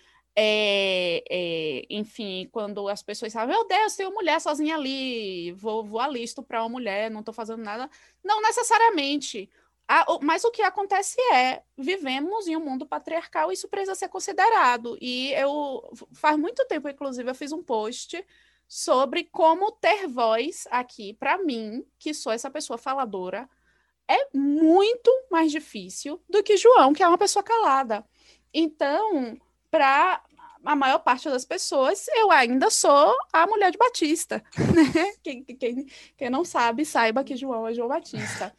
é, é, enfim, quando as pessoas falam, meu Deus, tem uma mulher sozinha ali, vou, vou ali estuprar uma mulher, não estou fazendo nada. Não necessariamente. A, o, mas o que acontece é, vivemos em um mundo patriarcal e isso precisa ser considerado. E eu, faz muito tempo, inclusive, eu fiz um post sobre como ter voz aqui, para mim, que sou essa pessoa faladora, é muito mais difícil do que João, que é uma pessoa calada. Então, para a maior parte das pessoas, eu ainda sou a mulher de Batista. Né? Quem, quem, quem não sabe, saiba que João é João Batista.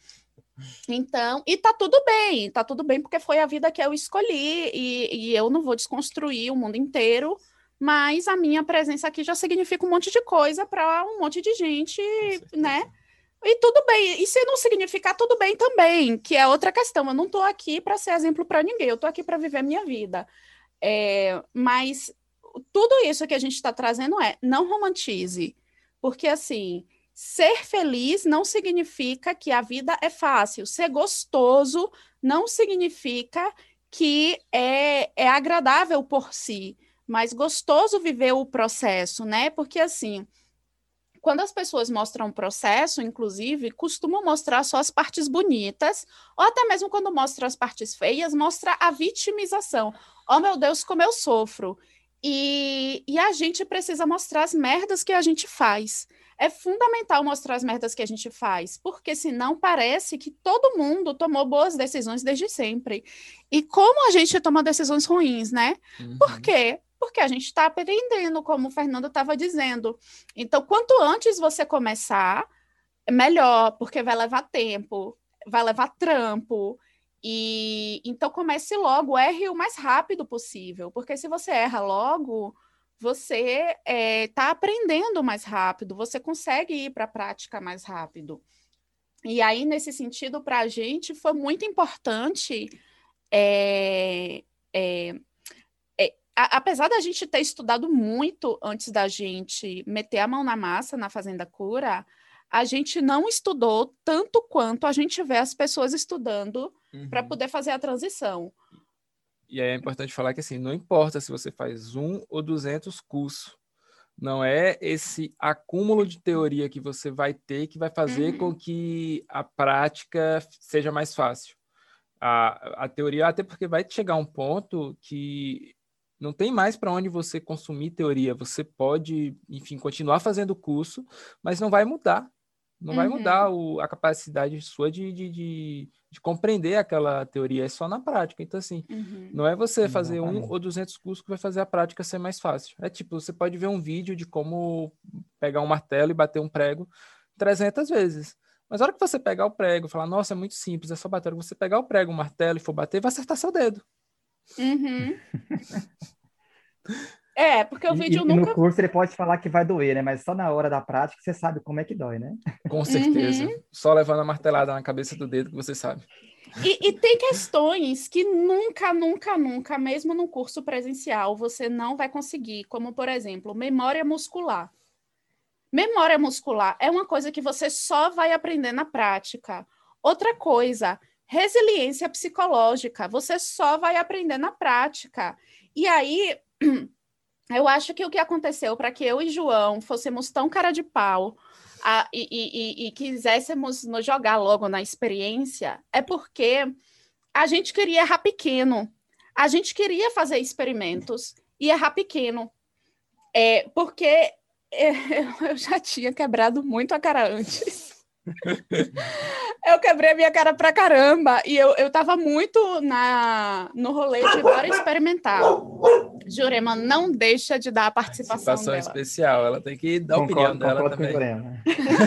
Então, e tá tudo bem, tá tudo bem, porque foi a vida que eu escolhi, e, e eu não vou desconstruir o mundo inteiro, mas a minha presença aqui já significa um monte de coisa para um monte de gente, né? E tudo bem, e se não significar, tudo bem também, que é outra questão. Eu não estou aqui para ser exemplo para ninguém, eu estou aqui para viver a minha vida. É, mas tudo isso que a gente está trazendo é, não romantize, porque assim, ser feliz não significa que a vida é fácil, ser gostoso não significa que é, é agradável por si, mas gostoso viver o processo, né? Porque assim, quando as pessoas mostram o processo, inclusive, costumam mostrar só as partes bonitas, ou até mesmo quando mostram as partes feias, mostra a vitimização. Oh, meu Deus, como eu sofro. E, e a gente precisa mostrar as merdas que a gente faz. É fundamental mostrar as merdas que a gente faz, porque senão parece que todo mundo tomou boas decisões desde sempre. E como a gente toma decisões ruins, né? Uhum. Por quê? Porque a gente está aprendendo, como o Fernando estava dizendo. Então, quanto antes você começar, melhor, porque vai levar tempo, vai levar trampo. E então comece logo, erre o mais rápido possível, porque se você erra logo, você está aprendendo mais rápido, você consegue ir para a prática mais rápido. E aí, nesse sentido, para a gente foi muito importante. É, é, A, apesar da gente ter estudado muito antes da gente meter a mão na massa na Fazenda Cura, a gente não estudou tanto quanto a gente vê as pessoas estudando Uhum. para poder fazer a transição. E aí é importante falar que assim, não importa se você faz um ou duzentos cursos, não é esse acúmulo de teoria que você vai ter que vai fazer Uhum. com que a prática seja mais fácil. A, a teoria, até porque vai chegar um ponto que não tem mais para onde você consumir teoria. Você pode, enfim, continuar fazendo o curso, mas não vai mudar. Não vai Uhum. mudar o, a capacidade sua de, de, de, de compreender aquela teoria. É só na prática. Então, assim, Uhum. não é você fazer Exatamente. um ou duzentos cursos que vai fazer a prática ser mais fácil. É tipo, você pode ver um vídeo de como pegar um martelo e bater um prego trezentas vezes. Mas a hora que você pegar o prego e falar, nossa, é muito simples, é só bater. A hora que você pegar o prego, o martelo e for bater, vai acertar seu dedo. Uhum. É, porque o E, vídeo e- e no nunca... curso ele pode falar que vai doer, né? Mas só na hora da prática você sabe como é que dói, né? Com certeza. Uhum. Só levando a martelada na cabeça do dedo que você sabe. E, e tem questões que nunca, nunca, nunca, mesmo no curso presencial, você não vai conseguir, como, por exemplo, memória muscular. Memória muscular é uma coisa que você só vai aprender na prática. Outra coisa, resiliência psicológica, você só vai aprender na prática. E aí, eu acho que o que aconteceu para que eu e João fôssemos tão cara de pau a, e, e, e, e quiséssemos nos jogar logo na experiência é porque a gente queria errar pequeno. A gente queria fazer experimentos e errar pequeno. É, porque eu já tinha quebrado muito a cara antes. Eu quebrei a minha cara pra caramba. E eu, eu tava muito na, no rolê de bora experimentar. Jurema, não deixa de dar a participação, Participação dela. especial. Ela tem que dar a opinião Concordo, dela concordo com o também. Jurema.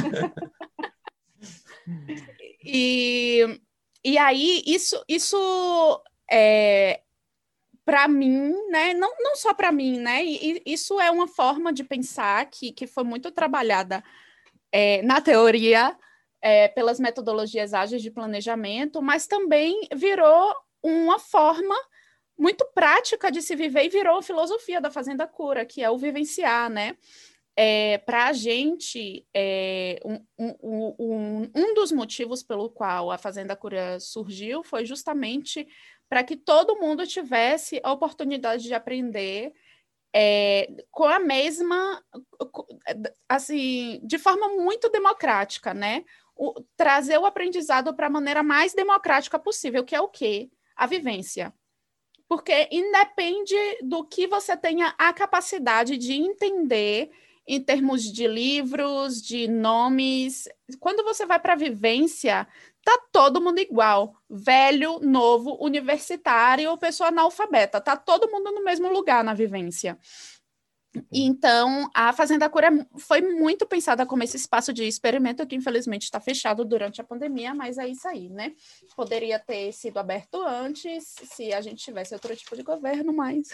E, e aí, isso, isso é, para mim, né? Não, não só para mim, né? E, e isso é uma forma de pensar que, que foi muito trabalhada é, na teoria, é, pelas metodologias ágeis de planejamento, mas também virou uma forma muito prática de se viver e virou a filosofia da Fazenda Cura, que é o vivenciar, né? É, para a gente, é, um, um, um, um dos motivos pelo qual a Fazenda Cura surgiu foi justamente para que todo mundo tivesse a oportunidade de aprender é, com a mesma, assim, de forma muito democrática, né? o, trazer o aprendizado para a maneira mais democrática possível, que é o quê? A vivência. Porque independe do que você tenha a capacidade de entender em termos de livros, de nomes. Quando você vai para a vivência, tá todo mundo igual. Velho, novo, universitário, pessoa analfabeta. Tá todo mundo no mesmo lugar na vivência. Então, a Fazenda Cura foi muito pensada como esse espaço de experimento, que infelizmente está fechado durante a pandemia, mas é isso aí, né? Poderia ter sido aberto antes, se a gente tivesse outro tipo de governo, mas...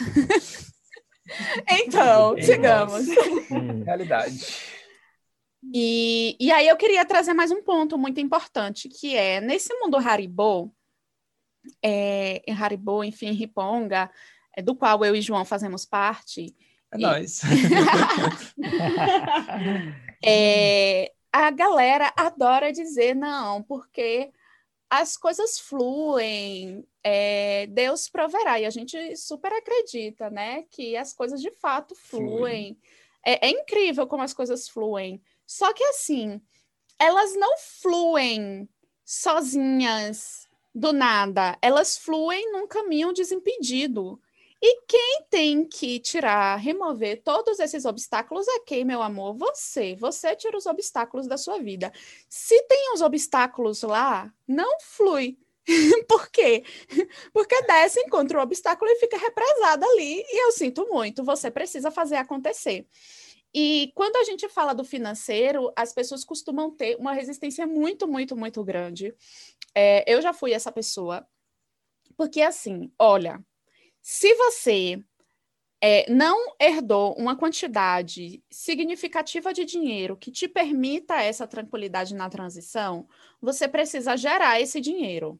Então, sigamos. Realidade. E, e aí eu queria trazer mais um ponto muito importante, que é, nesse mundo Haribo, é, em Haribo, enfim, Riponga, é, do qual eu e João fazemos parte... É nóis. é, a galera adora dizer não, porque as coisas fluem, é, Deus proverá, e a gente super acredita, né, que as coisas de fato fluem. É, é incrível como as coisas fluem. Só que, assim, elas não fluem sozinhas do nada, elas fluem num caminho desimpedido. E quem tem que tirar, remover todos esses obstáculos é quem, meu amor? Você. Você tira os obstáculos da sua vida. Se tem os obstáculos lá, não flui. Por quê? Porque desce, encontra o obstáculo e fica represada ali. E eu sinto muito, você precisa fazer acontecer. E quando a gente fala do financeiro, as pessoas costumam ter uma resistência muito, muito, muito grande. É, eu já fui essa pessoa. Porque assim, olha... Se você é, não herdou uma quantidade significativa de dinheiro que te permita essa tranquilidade na transição, você precisa gerar esse dinheiro.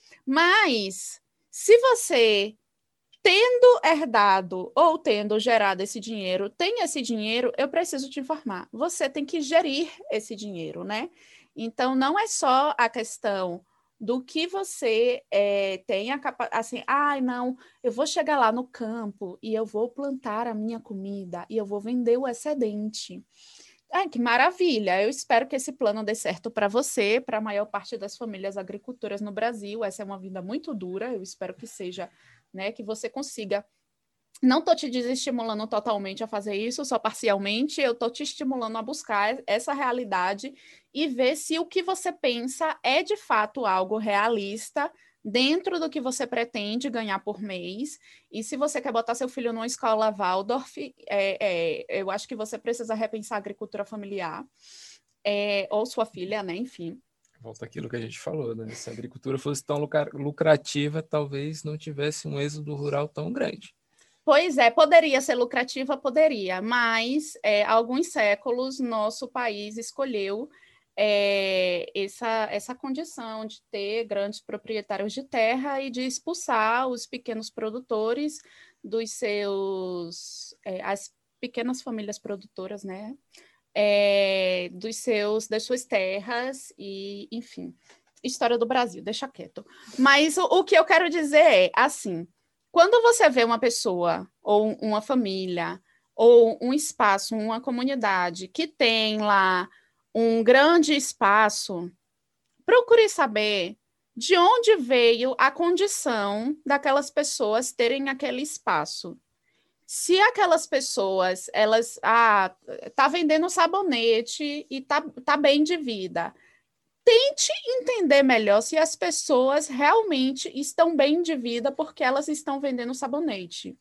Mas, se você, tendo herdado ou tendo gerado esse dinheiro, tem esse dinheiro, eu preciso te informar, você tem que gerir esse dinheiro, né? Então, não é só a questão... do que você é, tem a capacidade, assim, ai, ah, não, eu vou chegar lá no campo e eu vou plantar a minha comida e eu vou vender o excedente. Ai, que maravilha, eu espero que esse plano dê certo para você, para a maior parte das famílias agricultoras no Brasil, essa é uma vida muito dura, eu espero que seja, né, que você consiga. Não estou te desestimulando totalmente a fazer isso, só parcialmente, eu estou te estimulando a buscar essa realidade e ver se o que você pensa é de fato algo realista dentro do que você pretende ganhar por mês. E se você quer botar seu filho numa escola Waldorf, é, é, eu acho que você precisa repensar a agricultura familiar, é, ou sua filha, né? Enfim. Volta aquilo que a gente falou, né? Se a agricultura fosse tão lucrativa, talvez não tivesse um êxodo rural tão grande. Pois é, poderia ser lucrativa, poderia, mas é, há alguns séculos nosso país escolheu é, essa, essa condição de ter grandes proprietários de terra e de expulsar os pequenos produtores dos seus, é, as pequenas famílias produtoras, né? É, dos seus, das suas terras e, enfim, história do Brasil, deixa quieto. Mas o, o que eu quero dizer é, assim, quando você vê uma pessoa, ou uma família, ou um espaço, uma comunidade que tem lá um grande espaço, procure saber de onde veio a condição daquelas pessoas terem aquele espaço. Se aquelas pessoas, elas, ah, tá vendendo sabonete e tá, tá bem de vida, tente entender melhor se as pessoas realmente estão bem de vida porque elas estão vendendo sabonete.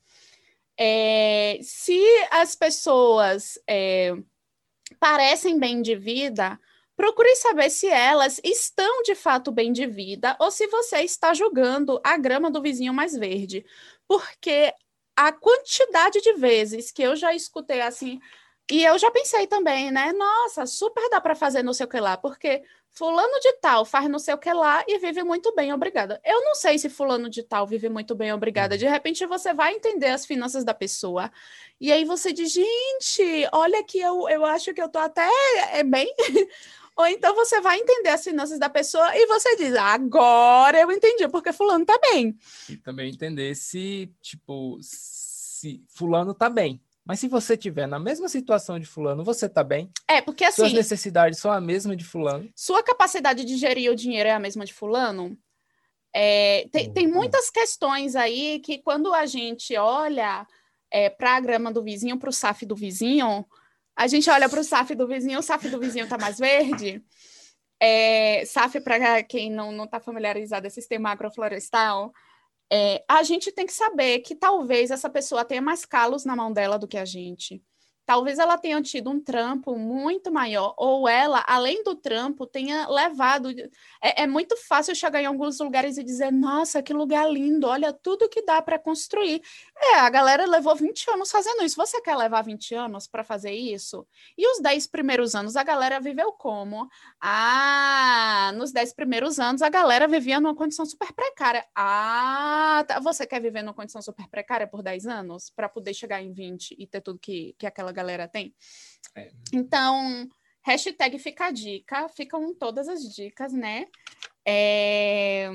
É, se as pessoas é, parecem bem de vida, procure saber se elas estão de fato bem de vida ou se você está julgando a grama do vizinho mais verde. Porque a quantidade de vezes que eu já escutei assim... E eu já pensei também, né? Nossa, super dá para fazer não sei o que lá, porque fulano de tal faz não sei o que lá e vive muito bem, obrigada. Eu não sei se fulano de tal vive muito bem, obrigada. De repente você vai entender as finanças da pessoa. E aí você diz, gente, olha que eu, eu acho que eu tô até é bem... Ou então você vai entender as finanças da pessoa e você diz, agora eu entendi, porque fulano tá bem. E também entender se, tipo, se fulano tá bem. Mas se você tiver na mesma situação de fulano, você tá bem? É, porque assim... Suas necessidades são a mesma de fulano? Sua capacidade de gerir o dinheiro é a mesma de fulano? É, tem, tem muitas questões aí que quando a gente olha é, para a grama do vizinho, para o S A F do vizinho, a gente olha para o S A F do vizinho, o S A F do vizinho tá mais verde. É, S A F, para quem não está familiarizado, é sistema agroflorestal. É, a gente tem que saber que talvez essa pessoa tenha mais calos na mão dela do que a gente. Talvez ela tenha tido um trampo muito maior, ou ela, além do trampo, tenha levado... É, é muito fácil chegar em alguns lugares e dizer, nossa, que lugar lindo, olha tudo que dá para construir. É, a galera levou vinte anos fazendo isso. Você quer levar vinte anos para fazer isso? E os dez primeiros anos, a galera viveu como? Ah, nos dez primeiros anos, a galera vivia numa condição super precária. Ah, tá. Você quer viver numa condição super precária por dez anos? Para poder chegar em vinte e ter tudo que, que aquela galera tem. É. Então, hashtag fica a dica, ficam todas as dicas, né? É...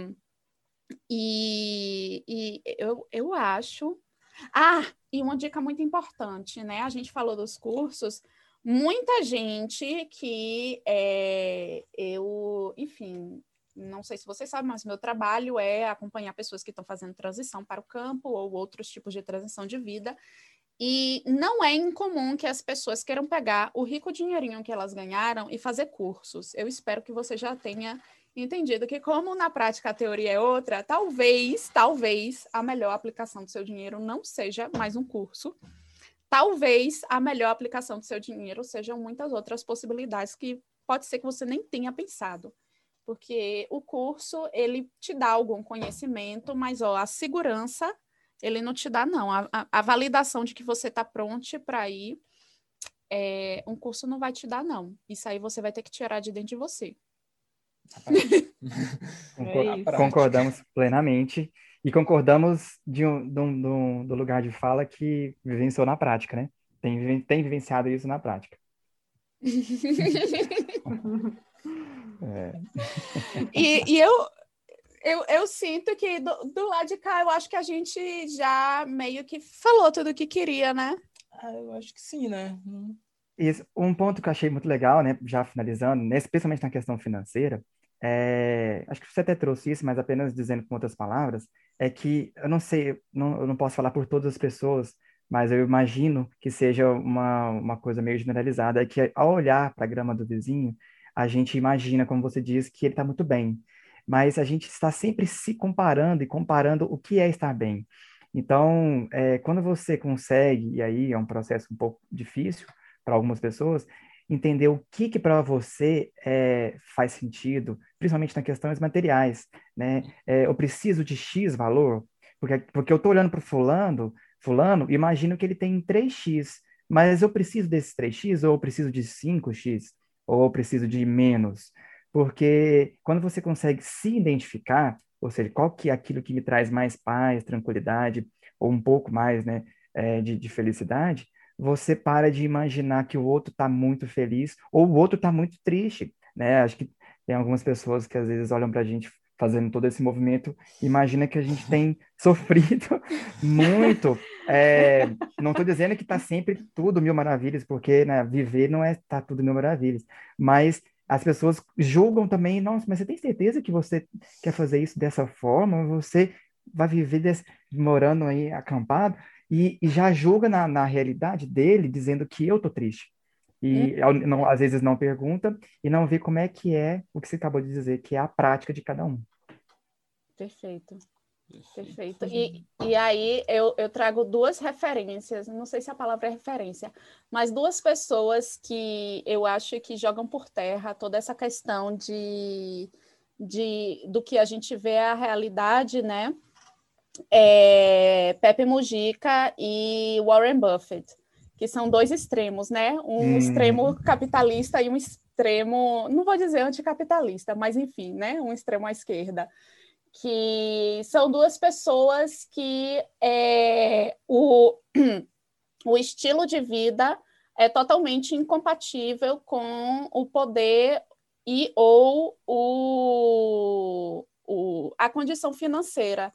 E, e eu, eu acho... Ah, e uma dica muito importante, né? A gente falou dos cursos, muita gente que é, eu, enfim... Não sei se vocês sabem, mas meu trabalho é acompanhar pessoas que estão fazendo transição para o campo ou outros tipos de transição de vida. E não é incomum que as pessoas queiram pegar o rico dinheirinho que elas ganharam e fazer cursos. Eu espero que você já tenha entendido que, como na prática a teoria é outra, talvez, talvez a melhor aplicação do seu dinheiro não seja mais um curso. Talvez a melhor aplicação do seu dinheiro sejam muitas outras possibilidades que pode ser que você nem tenha pensado. Porque o curso, ele te dá algum conhecimento, mas ó, a segurança... ele não te dá, não. A, a, a validação de que você está pronto para ir, é, um curso não vai te dar, não. Isso aí você vai ter que tirar de dentro de você. É concordamos plenamente. E concordamos de um, de um, de um, do lugar de fala que vivenciou na prática, né? Tem, tem vivenciado isso na prática. é. E, e eu... Eu, eu sinto que do, do lado de cá, eu acho que a gente já meio que falou tudo o que queria, né? Ah, eu acho que sim, né? Isso. Um ponto que eu achei muito legal, né, já finalizando, né, especialmente na questão financeira, é, acho que você até trouxe isso, mas apenas dizendo com outras palavras, é que, eu não sei, não, eu não posso falar por todas as pessoas, mas eu imagino que seja uma, uma coisa meio generalizada, é que ao olhar para a grama do vizinho, a gente imagina, como você diz, que ele está muito bem. Mas a gente está sempre se comparando e comparando o que é estar bem. Então, é, quando você consegue, e aí é um processo um pouco difícil para algumas pessoas, entender o que que para você é, faz sentido, principalmente nas questões materiais, né? É, eu preciso de X valor, porque, porque eu estou olhando para o fulano, fulano, e imagino que ele tem três x, mas eu preciso desses três x, ou eu preciso de cinco x, ou eu preciso de menos. Porque quando você consegue se identificar, ou seja, qual que é aquilo que me traz mais paz, tranquilidade, ou um pouco mais, né, é, de, de felicidade, você para de imaginar que o outro está muito feliz ou o outro está muito triste, né? Acho que tem algumas pessoas que às vezes olham para a gente fazendo todo esse movimento, imagina que a gente tem sofrido muito. É, não estou dizendo que está sempre tudo mil maravilhas, porque, né, viver não é estar tá tudo mil maravilhas, mas as pessoas julgam também, nossa, mas você tem certeza que você quer fazer isso dessa forma? Você vai viver desse, morando aí acampado? E, e já julga na, na realidade dele, dizendo que eu tô triste. E não, às vezes não pergunta e não vê como é que é o que você acabou de dizer, que é a prática de cada um. Perfeito. Perfeito. E, e aí eu, eu trago duas referências, não sei se a palavra é referência, mas duas pessoas que eu acho que jogam por terra toda essa questão de, de do que a gente vê a realidade, né? É Pepe Mujica e Warren Buffett, que são dois extremos, né? Um hum. extremo capitalista e um extremo, não vou dizer anticapitalista, mas enfim, né? Um extremo à esquerda. Que são duas pessoas que é, o, o estilo de vida é totalmente incompatível com o poder e ou o, o, a condição financeira.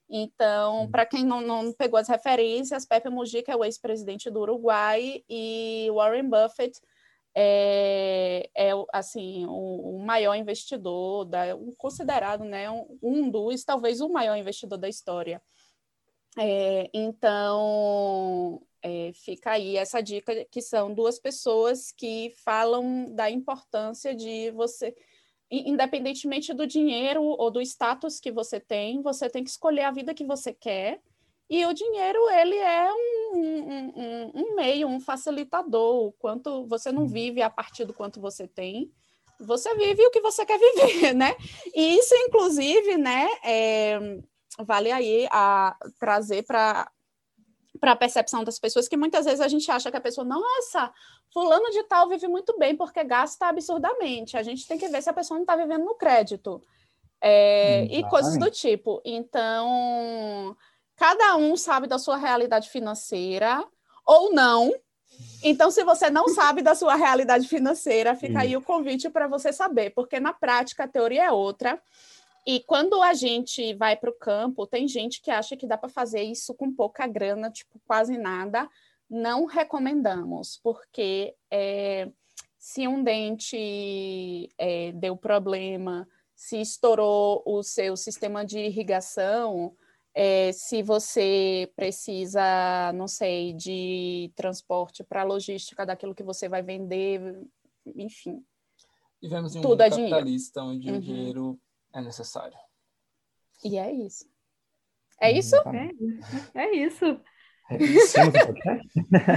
Então, para quem não, não pegou as referências, Pepe Mujica é o ex-presidente do Uruguai e Warren Buffett é, é assim, o, o maior investidor, da, considerado, né, um, um dos, talvez o maior investidor da história. É, então, é, fica aí essa dica, que são duas pessoas que falam da importância de você, independentemente do dinheiro ou do status que você tem, você tem que escolher a vida que você quer, e o dinheiro, ele é um, um, um, um meio, um facilitador. O quanto você não vive a partir do quanto você tem, você vive o que você quer viver, né? E isso, inclusive, né, é, vale aí a trazer para para a percepção das pessoas, que muitas vezes a gente acha que a pessoa, nossa, fulano de tal vive muito bem porque gasta absurdamente. A gente tem que ver se a pessoa não está vivendo no crédito. É, e coisas do tipo. Então, cada um sabe da sua realidade financeira ou não. Então, se você não sabe da sua realidade financeira, fica aí o convite para você saber, porque na prática a teoria é outra. E quando a gente vai para o campo, tem gente que acha que dá para fazer isso com pouca grana, tipo, quase nada. Não recomendamos, porque é, se um dente é, deu problema, se estourou o seu sistema de irrigação, é, se você precisa, não sei, de transporte para a logística daquilo que você vai vender, enfim. Vivemos em um tudo mundo é capitalista dinheiro. onde Uhum. o dinheiro é necessário. E é isso. É isso? É, é isso. É isso. Temos um podcast?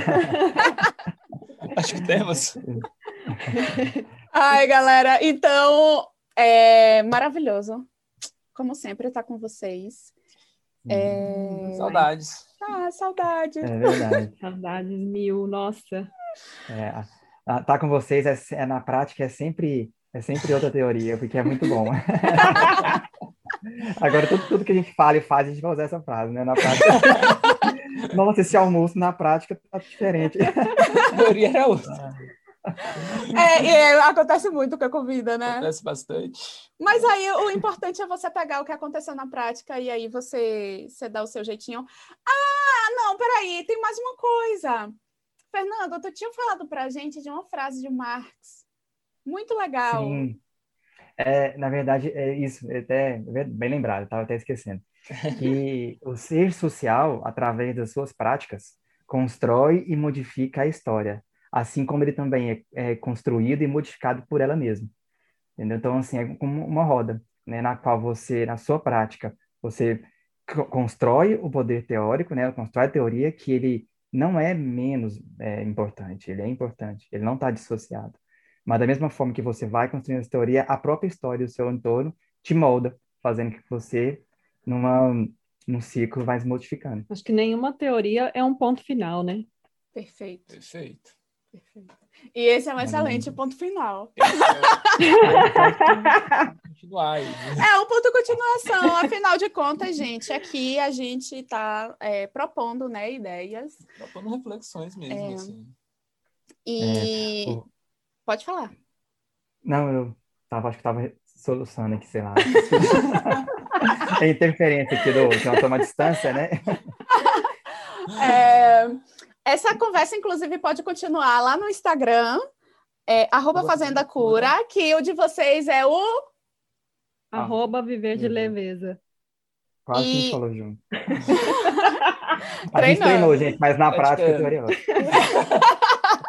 Acho que temos. Ai, galera, então, é maravilhoso, como sempre, estar com vocês. É... Saudades. Ah, saudades. É verdade. Saudades mil, nossa. É, a- a- tá com vocês é, é, na prática é sempre, é sempre outra teoria, porque é muito bom. Agora, tudo, tudo que a gente fala e faz, a gente vai usar essa frase, né? Na prática. Nossa, esse almoço na prática tá diferente. A teoria era outra. É, e é, acontece muito com a comida, né? Acontece bastante. Mas aí o importante é você pegar o que aconteceu na prática e aí você, você dá o seu jeitinho. Ah, não, peraí, tem mais uma coisa. Fernando, tu tinha falado pra gente de uma frase de Marx. Muito legal. Sim. É, na verdade, é isso, é até bem lembrado, estava até esquecendo. Que o ser social, através das suas práticas, constrói e modifica a história, assim como ele também é, é construído e modificado por ela mesma. Entendeu? Então, assim, é como uma roda, né, na qual você, na sua prática, você co- constrói o poder teórico, né, constrói a teoria que ele não é menos é, importante, ele é importante, ele não está dissociado. Mas da mesma forma que você vai construindo essa teoria, a própria história do seu entorno te molda, fazendo que você, numa, num ciclo, vai se modificando. Acho que nenhuma teoria é um ponto final, né? Perfeito, Perfeito. perfeito. E esse é um excelente ponto final. Continuar aí. É um ponto de continuação. Afinal de contas, gente, aqui a gente está é, propondo, né, ideias. Propondo reflexões mesmo, É. assim. E... É, o- Pode falar. Não, eu tava, acho que estava soluçando aqui, sei lá. Tem interferência aqui do, que nós tomamos distância, né? É, essa conversa, inclusive, pode continuar lá no Instagram, é, arroba Fazenda Cura, que o de vocês é o... Arroba viver de Uhum. leveza. Quase que a gente E- falou junto. A gente Treinando. treinou, gente, mas na prática a Praticando. teoria é outra.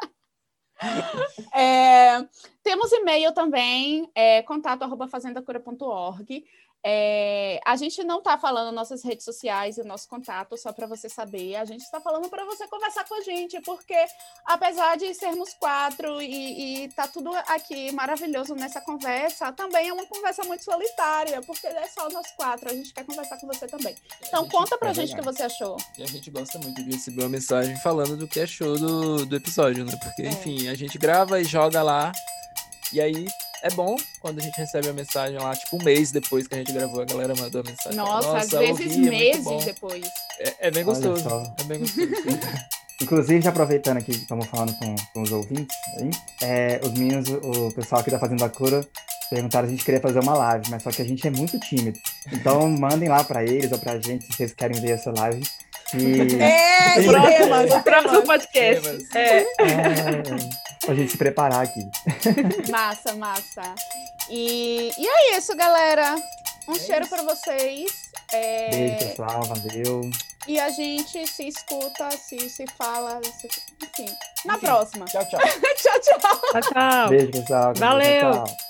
É, temos e-mail também, é, contato arroba fazendacura ponto org. É, a gente não está falando nossas redes sociais e nosso contato, só para você saber. A gente está falando para você conversar com a gente, porque apesar de sermos quatro e, e tá tudo aqui maravilhoso nessa conversa, também é uma conversa muito solitária, porque é só nós quatro. A gente quer conversar com você também. Então, A gente- conta pra é gente o que verdade. você achou. E a gente gosta muito de receber uma mensagem falando do que achou do, do episódio, né? Porque, É. enfim, a gente grava e joga lá. E aí é bom quando a gente recebe a mensagem lá, tipo um mês depois que a gente gravou, a galera mandou a mensagem. Nossa, Fala, às vezes ouvi, é muito meses bom." depois. É, é bem Olha gostoso. só. É bem gostoso. Inclusive, já aproveitando aqui que estamos falando com, com os ouvintes, aí, é, os meninos, o, o pessoal aqui da Fazenda da Cura, perguntaram se a gente queria fazer uma live, mas só que a gente é muito tímido. Então, mandem lá para eles ou para a gente se vocês querem ver essa live. E... É, temas, O próximo podcast. Temas. É. É, pra gente se preparar aqui. Massa, massa. E, e é isso, galera. Um cheiro para vocês. É, Beijo, pessoal. Valeu. E a gente se escuta, se, se fala, se- enfim. Na Enfim. próxima. Tchau, tchau. Tchau, tchau. Tchau, tchau. Beijo, pessoal. Valeu. Tchau, tchau.